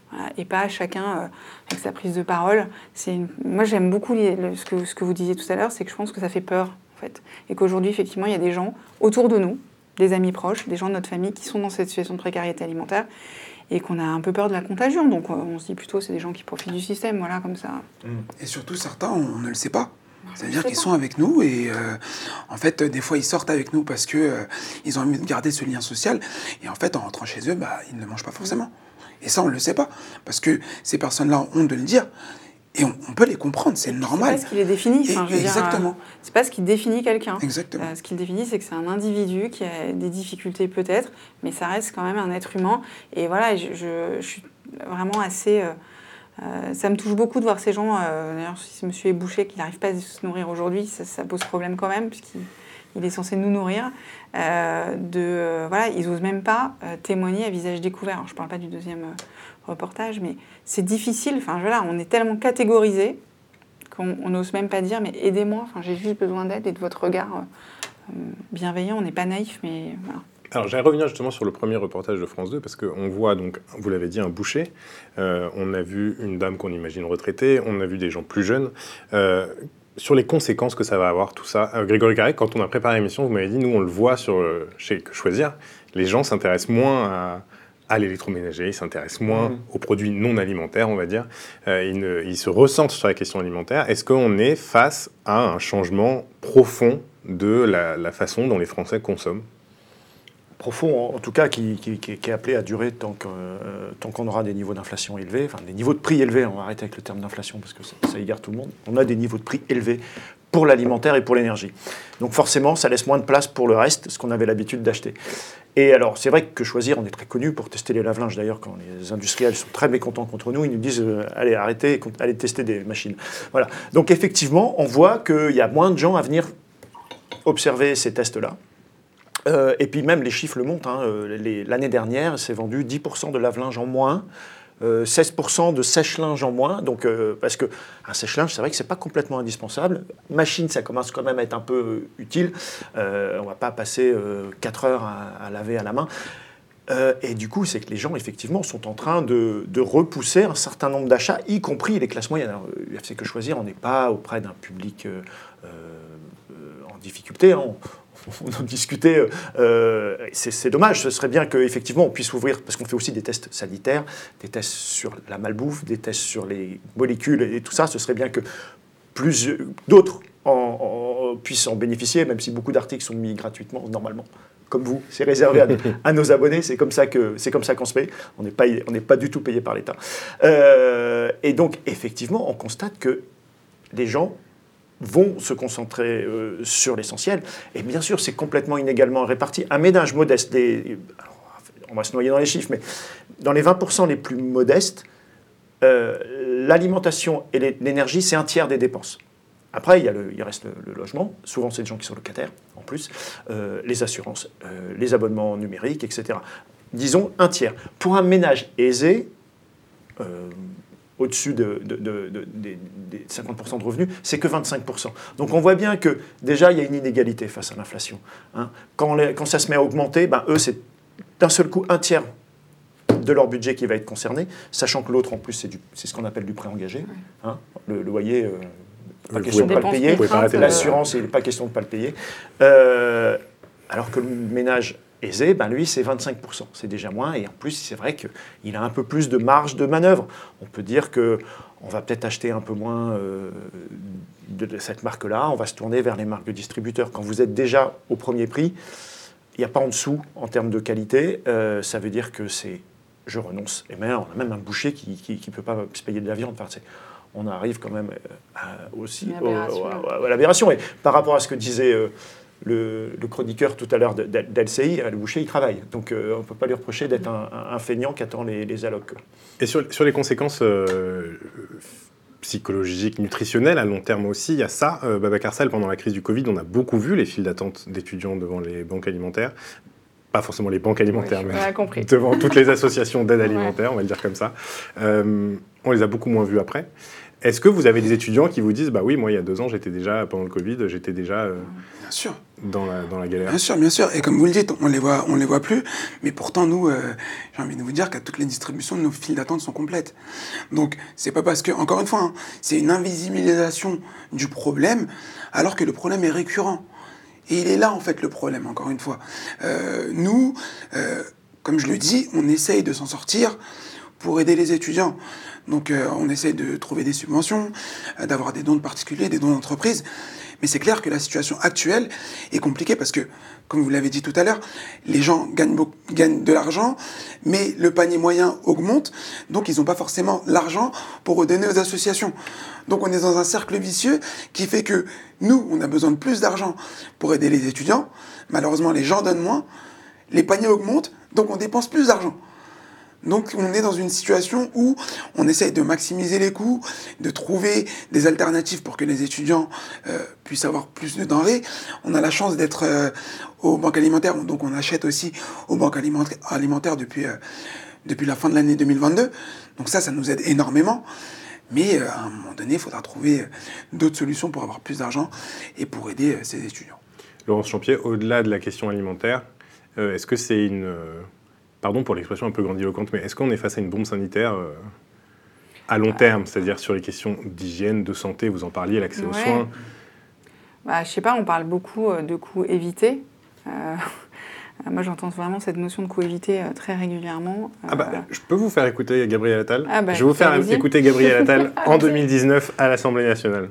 Voilà, et pas chacun euh, avec sa prise de parole. C'est une... Moi, j'aime beaucoup les, le, ce, que, ce que vous disiez tout à l'heure, c'est que je pense que ça fait peur, en fait. Et qu'aujourd'hui, effectivement, il y a des gens autour de nous, des amis proches, des gens de notre famille qui sont dans cette situation de précarité alimentaire et qu'on a un peu peur de la contagion. Donc, on se dit plutôt c'est des gens qui profitent du système, voilà, comme ça. Et surtout, certains, on ne le sait pas. C'est-à-dire qu'ils sont avec nous et euh, en fait, des fois, ils sortent avec nous parce qu'ils euh, ont envie de garder ce lien social. Et en fait, en rentrant chez eux, bah, ils ne mangent pas forcément. Et ça, on ne le sait pas. Parce que ces personnes-là ont honte de le dire. Et on, on peut les comprendre, c'est normal. C'est pas ce qui les définit. Enfin, je veux exactement. Dire, euh, c'est pas ce qui définit quelqu'un. Exactement. Euh, ce qui le définit, c'est que c'est un individu qui a des difficultés peut-être, mais ça reste quand même un être humain. Et voilà, je, je, je suis vraiment assez... Euh, euh, ça me touche beaucoup de voir ces gens... Euh, d'ailleurs, si ce monsieur est bouché, qu'il n'arrive pas à se nourrir aujourd'hui, ça, ça pose problème quand même, puisqu'il il est censé nous nourrir. Euh, de, euh, voilà, ils n'osent même pas euh, témoigner à visage découvert. Alors, je ne parle pas du deuxième... Euh, reportage, mais c'est difficile. Enfin, voilà, on est tellement catégorisé qu'on n'ose même pas dire, mais aidez-moi. Enfin, j'ai juste besoin d'aide et de votre regard euh, bienveillant. On n'est pas naïf, mais voilà. Alors, j'allais revenir justement sur le premier reportage de France deux, parce qu'on voit, donc, vous l'avez dit, un boucher. Euh, on a vu une dame qu'on imagine retraitée. On a vu des gens plus jeunes. Euh, sur les conséquences que ça va avoir, tout ça. Euh, Grégory Carré, quand on a préparé l'émission, vous m'avez dit, nous, on le voit sur, euh, chez Que Choisir, les gens s'intéressent moins à... à l'électroménager, ils s'intéressent moins mmh. aux produits non alimentaires, on va dire. Euh, ils, ne, ils se ressentent sur la question alimentaire. Est-ce qu'on est face à un changement profond de la, la façon dont les Français consomment ? Profond, en tout cas, qui, qui, qui est appelé à durer tant, que, euh, tant qu'on aura des niveaux d'inflation élevés, enfin des niveaux de prix élevés, on va arrêter avec le terme d'inflation parce que ça, ça égare tout le monde, on a des niveaux de prix élevés pour l'alimentaire et pour l'énergie. Donc forcément, ça laisse moins de place pour le reste, ce qu'on avait l'habitude d'acheter. Et alors, c'est vrai que Choisir, on est très connu pour tester les lave-linges. D'ailleurs, quand les industriels sont très mécontents contre nous, ils nous disent euh, « Allez, arrêtez, allez tester des machines ». Voilà. Donc effectivement, on voit qu'il y a moins de gens à venir observer ces tests-là. Euh, et puis même, les chiffres le montrent. Hein, les, l'année dernière, c'est vendu dix pour cent de lave-linge en moins, euh, seize pour cent de sèche-linge en moins. Donc, euh, parce qu'un sèche-linge, c'est vrai que ce n'est pas complètement indispensable. Machine, ça commence quand même à être un peu euh, utile. Euh, on ne va pas passer euh, quatre heures à, à laver à la main. Euh, et du coup, c'est que les gens, effectivement, sont en train de, de repousser un certain nombre d'achats, y compris les classes moyennes. Alors, U F C Que Choisir, on n'est pas auprès d'un public euh, euh, en difficulté. Hein. On, on en discutait. Euh, c'est, c'est dommage. Ce serait bien qu'effectivement, on puisse ouvrir, parce qu'on fait aussi des tests sanitaires, des tests sur la malbouffe, des tests sur les molécules et tout ça. Ce serait bien que plus d'autres en, en, puissent en bénéficier, même si beaucoup d'articles sont mis gratuitement, normalement. Comme vous, c'est réservé à, à nos abonnés, c'est comme ça que c'est comme ça qu'on se paye. On n'est pas on n'est pas du tout payé par l'État. Euh, et donc effectivement, on constate que les gens vont se concentrer euh, sur l'essentiel. Et bien sûr, c'est complètement inégalement réparti. Un ménage modeste, des, alors, on va se noyer dans les chiffres, mais dans les vingt pour cent les plus modestes, euh, l'alimentation et l'énergie, c'est un tiers des dépenses. Après, il, y a le, il reste le, le logement. Souvent, c'est des gens qui sont locataires, en plus. Euh, les assurances, euh, les abonnements numériques, et cetera. Disons un tiers. Pour un ménage aisé, euh, au-dessus de, de, de, de, de, de cinquante pour cent de revenus, c'est que vingt-cinq pour cent. Donc on voit bien que déjà, il y a une inégalité face à l'inflation. Hein. Quand, les, quand ça se met à augmenter, ben, eux, c'est d'un seul coup un tiers de leur budget qui va être concerné, sachant que l'autre, en plus, c'est, du, c'est ce qu'on appelle du préengagé. Hein. Le, le loyer... Euh, pas question de ne pas le payer, l'assurance, il n'est pas question de ne pas le payer. Euh, alors que le ménage aisé, ben lui, c'est vingt-cinq pour cent, c'est déjà moins, et en plus, c'est vrai qu'il a un peu plus de marge de manœuvre. On peut dire qu'on va peut-être acheter un peu moins euh, de cette marque-là, on va se tourner vers les marques de distributeurs. Quand vous êtes déjà au premier prix, il n'y a pas en dessous en termes de qualité, euh, ça veut dire que c'est « je renonce ». Et même, on a même un boucher qui ne peut pas se payer de la viande. Enfin, c'est, on arrive quand même à, aussi au, à, à l'aberration. Et par rapport à ce que disait euh, le, le chroniqueur tout à l'heure d'L C I, le boucher, il travaille. Donc euh, on ne peut pas lui reprocher d'être un, un feignant qui attend les, les allocs. Et sur, sur les conséquences euh, psychologiques, nutritionnelles, à long terme aussi, il y a ça. Euh, Babacar Sall, pendant la crise du Covid, on a beaucoup vu les files d'attente d'étudiants devant les banques alimentaires. Pas forcément les banques alimentaires, oui, mais devant toutes les associations d'aide alimentaire, ouais. On va le dire comme ça. Euh, on les a beaucoup moins vus après. Est-ce que vous avez des étudiants qui vous disent, bah oui, moi il y a deux ans, j'étais déjà, pendant le Covid, j'étais déjà euh, bien sûr. Dans, la, dans la galère? Bien sûr, bien sûr. Et comme vous le dites, on les voit, on les voit plus. Mais pourtant, nous, euh, j'ai envie de vous dire qu'à toutes les distributions, nos files d'attente sont complètes. Donc, c'est pas parce que, encore une fois, hein, c'est une invisibilisation du problème, alors que le problème est récurrent. Et il est là, en fait, le problème, encore une fois. Euh, nous, euh, comme je le dis, on essaye de s'en sortir pour aider les étudiants. Donc, euh, on essaye de trouver des subventions, euh, d'avoir des dons de particuliers, des dons d'entreprises. Mais c'est clair que la situation actuelle est compliquée parce que, comme vous l'avez dit tout à l'heure, les gens gagnent, beaucoup, gagnent de l'argent, mais le panier moyen augmente, donc ils n'ont pas forcément l'argent pour redonner aux associations. Donc on est dans un cercle vicieux qui fait que nous, on a besoin de plus d'argent pour aider les étudiants. Malheureusement, les gens donnent moins, les paniers augmentent, donc on dépense plus d'argent. Donc on est dans une situation où on essaye de maximiser les coûts, de trouver des alternatives pour que les étudiants euh, puissent avoir plus de denrées. On a la chance d'être euh, aux banques alimentaires, donc on achète aussi aux banques alimentaires, alimentaires depuis, euh, depuis la fin de l'année deux mille vingt-deux. Donc ça, ça nous aide énormément. Mais euh, à un moment donné, il faudra trouver d'autres solutions pour avoir plus d'argent et pour aider euh, ces étudiants. Laurence Champier, au-delà de la question alimentaire, euh, est-ce que c'est une... Euh... Pardon pour l'expression un peu grandiloquente, mais est-ce qu'on est face à une bombe sanitaire euh, à long terme, c'est-à-dire sur les questions d'hygiène, de santé, vous en parliez, l'accès ouais. aux soins? Bah, je sais pas, on parle beaucoup de coûts évités. Euh, moi, j'entends vraiment cette notion de coûts évités euh, très régulièrement. Ah bah, euh... je peux vous faire écouter Gabriel Attal. Ah bah, je vais vous faire écouter Gabriel Attal en deux mille dix-neuf à l'Assemblée nationale.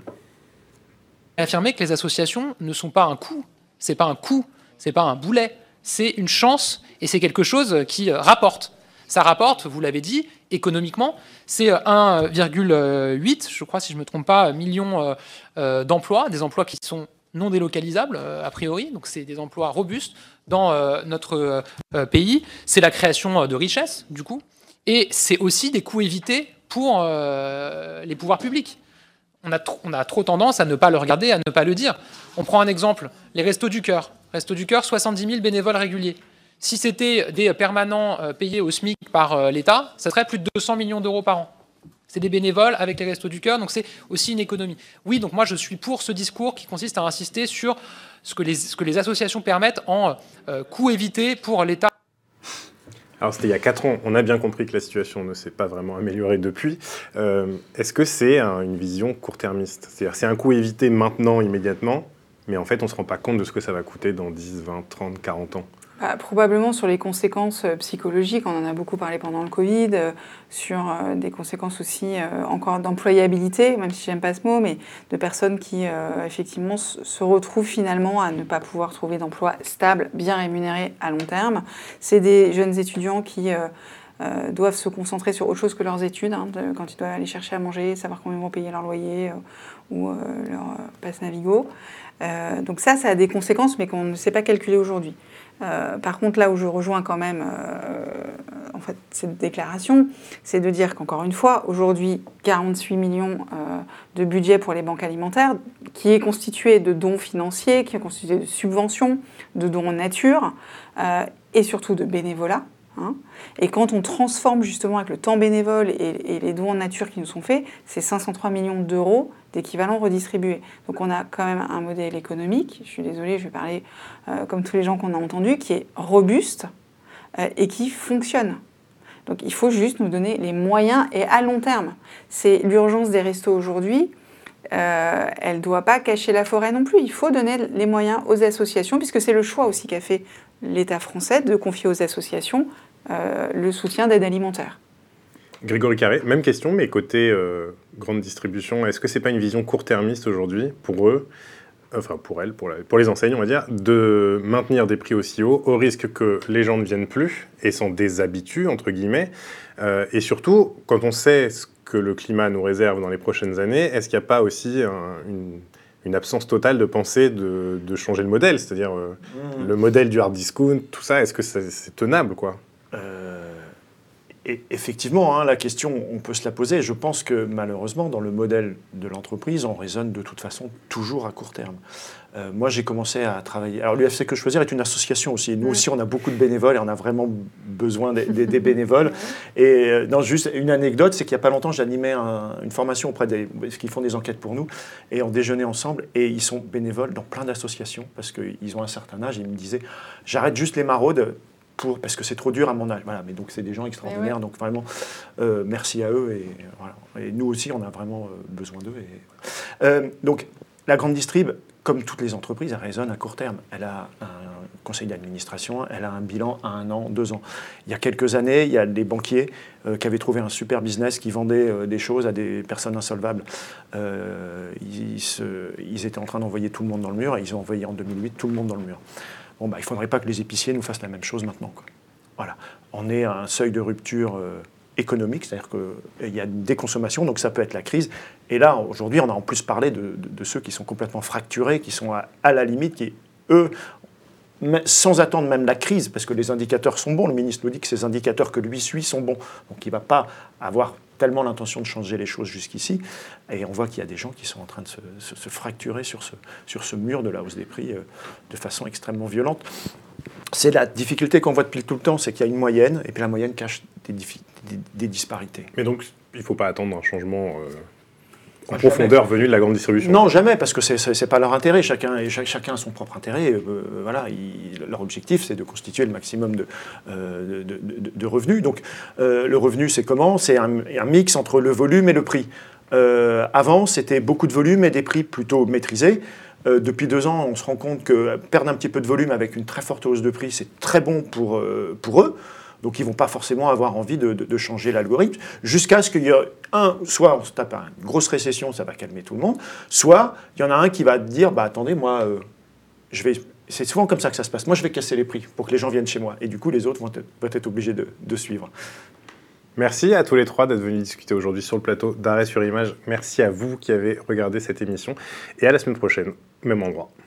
Affirmer que les associations ne sont pas un coût, c'est pas un coût, c'est pas un boulet. C'est une chance et c'est quelque chose qui rapporte. Ça rapporte, vous l'avez dit, économiquement, c'est un virgule huit, je crois, si je ne me trompe pas, millions euh, d'emplois, des emplois qui sont non délocalisables, euh, a priori, donc c'est des emplois robustes dans euh, notre euh, pays. C'est la création de richesses, du coup, et c'est aussi des coûts évités pour euh, les pouvoirs publics. On a, on a trop tendance à ne pas le regarder, à ne pas le dire. On prend un exemple, les Restos du Cœur. Restos du Cœur, soixante-dix mille bénévoles réguliers. Si c'était des permanents euh, payés au SMIC par euh, l'État, ça serait plus de deux cents millions d'euros par an. C'est des bénévoles avec les Restos du Cœur, donc c'est aussi une économie. Oui, donc moi je suis pour ce discours qui consiste à insister sur ce que les, ce que les associations permettent en euh, coûts évités pour l'État. Alors c'était il y a quatre ans, on a bien compris que la situation ne s'est pas vraiment améliorée depuis. Euh, est-ce que c'est un, une vision court-termiste? C'est-à-dire c'est un coût évité maintenant, immédiatement, mais en fait on ne se rend pas compte de ce que ça va coûter dans dix, vingt, trente, quarante ans? Bah, probablement sur les conséquences euh, psychologiques, on en a beaucoup parlé pendant le Covid, euh, sur euh, des conséquences aussi euh, encore d'employabilité, même si j'aime pas ce mot, mais de personnes qui euh, effectivement s- se retrouvent finalement à ne pas pouvoir trouver d'emploi stable, bien rémunéré à long terme. C'est des jeunes étudiants qui euh, euh, doivent se concentrer sur autre chose que leurs études, hein, de, quand ils doivent aller chercher à manger, savoir combien ils vont payer leur loyer euh, ou euh, leur euh, passe Navigo. Euh, donc ça, ça a des conséquences, mais qu'on ne sait pas calculer aujourd'hui. Euh, par contre, là où je rejoins quand même euh, en fait, cette déclaration, c'est de dire qu'encore une fois, aujourd'hui, quarante-huit millions euh, de budget pour les banques alimentaires, qui est constitué de dons financiers, qui est constitué de subventions, de dons en nature, euh, et surtout de bénévolat. Hein. Et quand on transforme justement avec le temps bénévole et, et les dons en nature qui nous sont faits, c'est cinq cent trois millions d'euros d'équivalent redistribué. Donc on a quand même un modèle économique, je suis désolée, je vais parler euh, comme tous les gens qu'on a entendus, qui est robuste euh, et qui fonctionne. Donc il faut juste nous donner les moyens et à long terme. C'est l'urgence des restos aujourd'hui. Euh, elle ne doit pas cacher la forêt non plus. Il faut donner les moyens aux associations, puisque c'est le choix aussi qu'a fait l'État français de confier aux associations euh, le soutien d'aide alimentaire. Grégory Carré, même question, mais côté euh, grande distribution, est-ce que ce n'est pas une vision court-termiste aujourd'hui pour eux, enfin pour elles, pour, la, pour les enseignes, on va dire, de maintenir des prix aussi hauts au risque que les gens ne viennent plus et s'en déshabituent, entre guillemets, euh, et surtout, quand on sait ce que le climat nous réserve dans les prochaines années, est-ce qu'il n'y a pas aussi un, une, une absence totale de pensée de, de changer le modèle, c'est-à-dire euh, mmh. le modèle du hard discount, tout ça, est-ce que c'est, c'est tenable, quoi? euh... et effectivement, hein, la question, on peut se la poser. Je pense que malheureusement, dans le modèle de l'entreprise, on raisonne de toute façon toujours à court terme. Euh, moi, j'ai commencé à travailler. Alors, l'U F C Que Choisir est une association aussi. Nous aussi, on a beaucoup de bénévoles et on a vraiment besoin des, des, des bénévoles. Et euh, non, juste une anecdote, c'est qu'il n'y a pas longtemps, j'animais un, une formation auprès des... parce qu'ils font des enquêtes pour nous, et on déjeunait ensemble, et ils sont bénévoles dans plein d'associations, parce qu'ils ont un certain âge, et ils me disaient, j'arrête juste les maraudes, pour, parce que c'est trop dur à mon âge. Voilà, mais donc c'est des gens extraordinaires, ouais. Donc vraiment, euh, merci à eux, et, voilà. Et nous aussi, on a vraiment euh, besoin d'eux. Et, voilà. euh, donc, la grande distrib, comme toutes les entreprises, elle raisonne à court terme. Elle a un conseil d'administration, elle a un bilan à un an, deux ans. Il y a quelques années, il y a des banquiers euh, qui avaient trouvé un super business, qui vendaient euh, des choses à des personnes insolvables. Euh, ils, se, ils étaient en train d'envoyer tout le monde dans le mur, et ils ont envoyé en deux mille huit tout le monde dans le mur. Bon, bah, il ne faudrait pas que les épiciers nous fassent la même chose maintenant, quoi. Voilà. On est à un seuil de rupture euh, économique, c'est-à-dire qu'il y a une déconsommation, donc ça peut être la crise. Et là, aujourd'hui, on a en plus parlé de, de, de ceux qui sont complètement fracturés, qui sont à, à la limite, qui, eux, sans attendre même la crise, parce que les indicateurs sont bons, le ministre nous dit que ces indicateurs que lui suit sont bons, donc il ne va pas avoir tellement l'intention de changer les choses jusqu'ici, et on voit qu'il y a des gens qui sont en train de se, se, se fracturer sur ce, sur ce mur de la hausse des prix euh, de façon extrêmement violente. C'est la difficulté qu'on voit depuis tout le temps, c'est qu'il y a une moyenne, et puis la moyenne cache des, des, des disparités. Mais donc, il ne faut pas attendre un changement euh, en ah, profondeur jamais. Venu de la grande distribution? Non, jamais, parce que ce n'est pas leur intérêt. Chacun, et chaque, chacun a son propre intérêt. Euh, voilà, il, leur objectif, c'est de constituer le maximum de, euh, de, de, de revenus. Donc, euh, le revenu, c'est comment? C'est un, un mix entre le volume et le prix. Euh, avant, c'était beaucoup de volume et des prix plutôt maîtrisés. Euh, depuis deux ans, on se rend compte que perdre un petit peu de volume avec une très forte hausse de prix, c'est très bon pour, euh, pour eux. Donc, ils ne vont pas forcément avoir envie de, de, de changer l'algorithme, jusqu'à ce qu'il y ait un, soit on se tape une grosse récession, ça va calmer tout le monde, soit il y en a un qui va dire, bah attendez, moi, euh, je vais... C'est souvent comme ça que ça se passe. Moi, je vais casser les prix pour que les gens viennent chez moi. Et du coup, les autres vont être, vont être obligés de, de suivre. Merci à tous les trois d'être venus discuter aujourd'hui sur le plateau d'Arrêt sur Image. Merci à vous qui avez regardé cette émission. Et à la semaine prochaine, même endroit.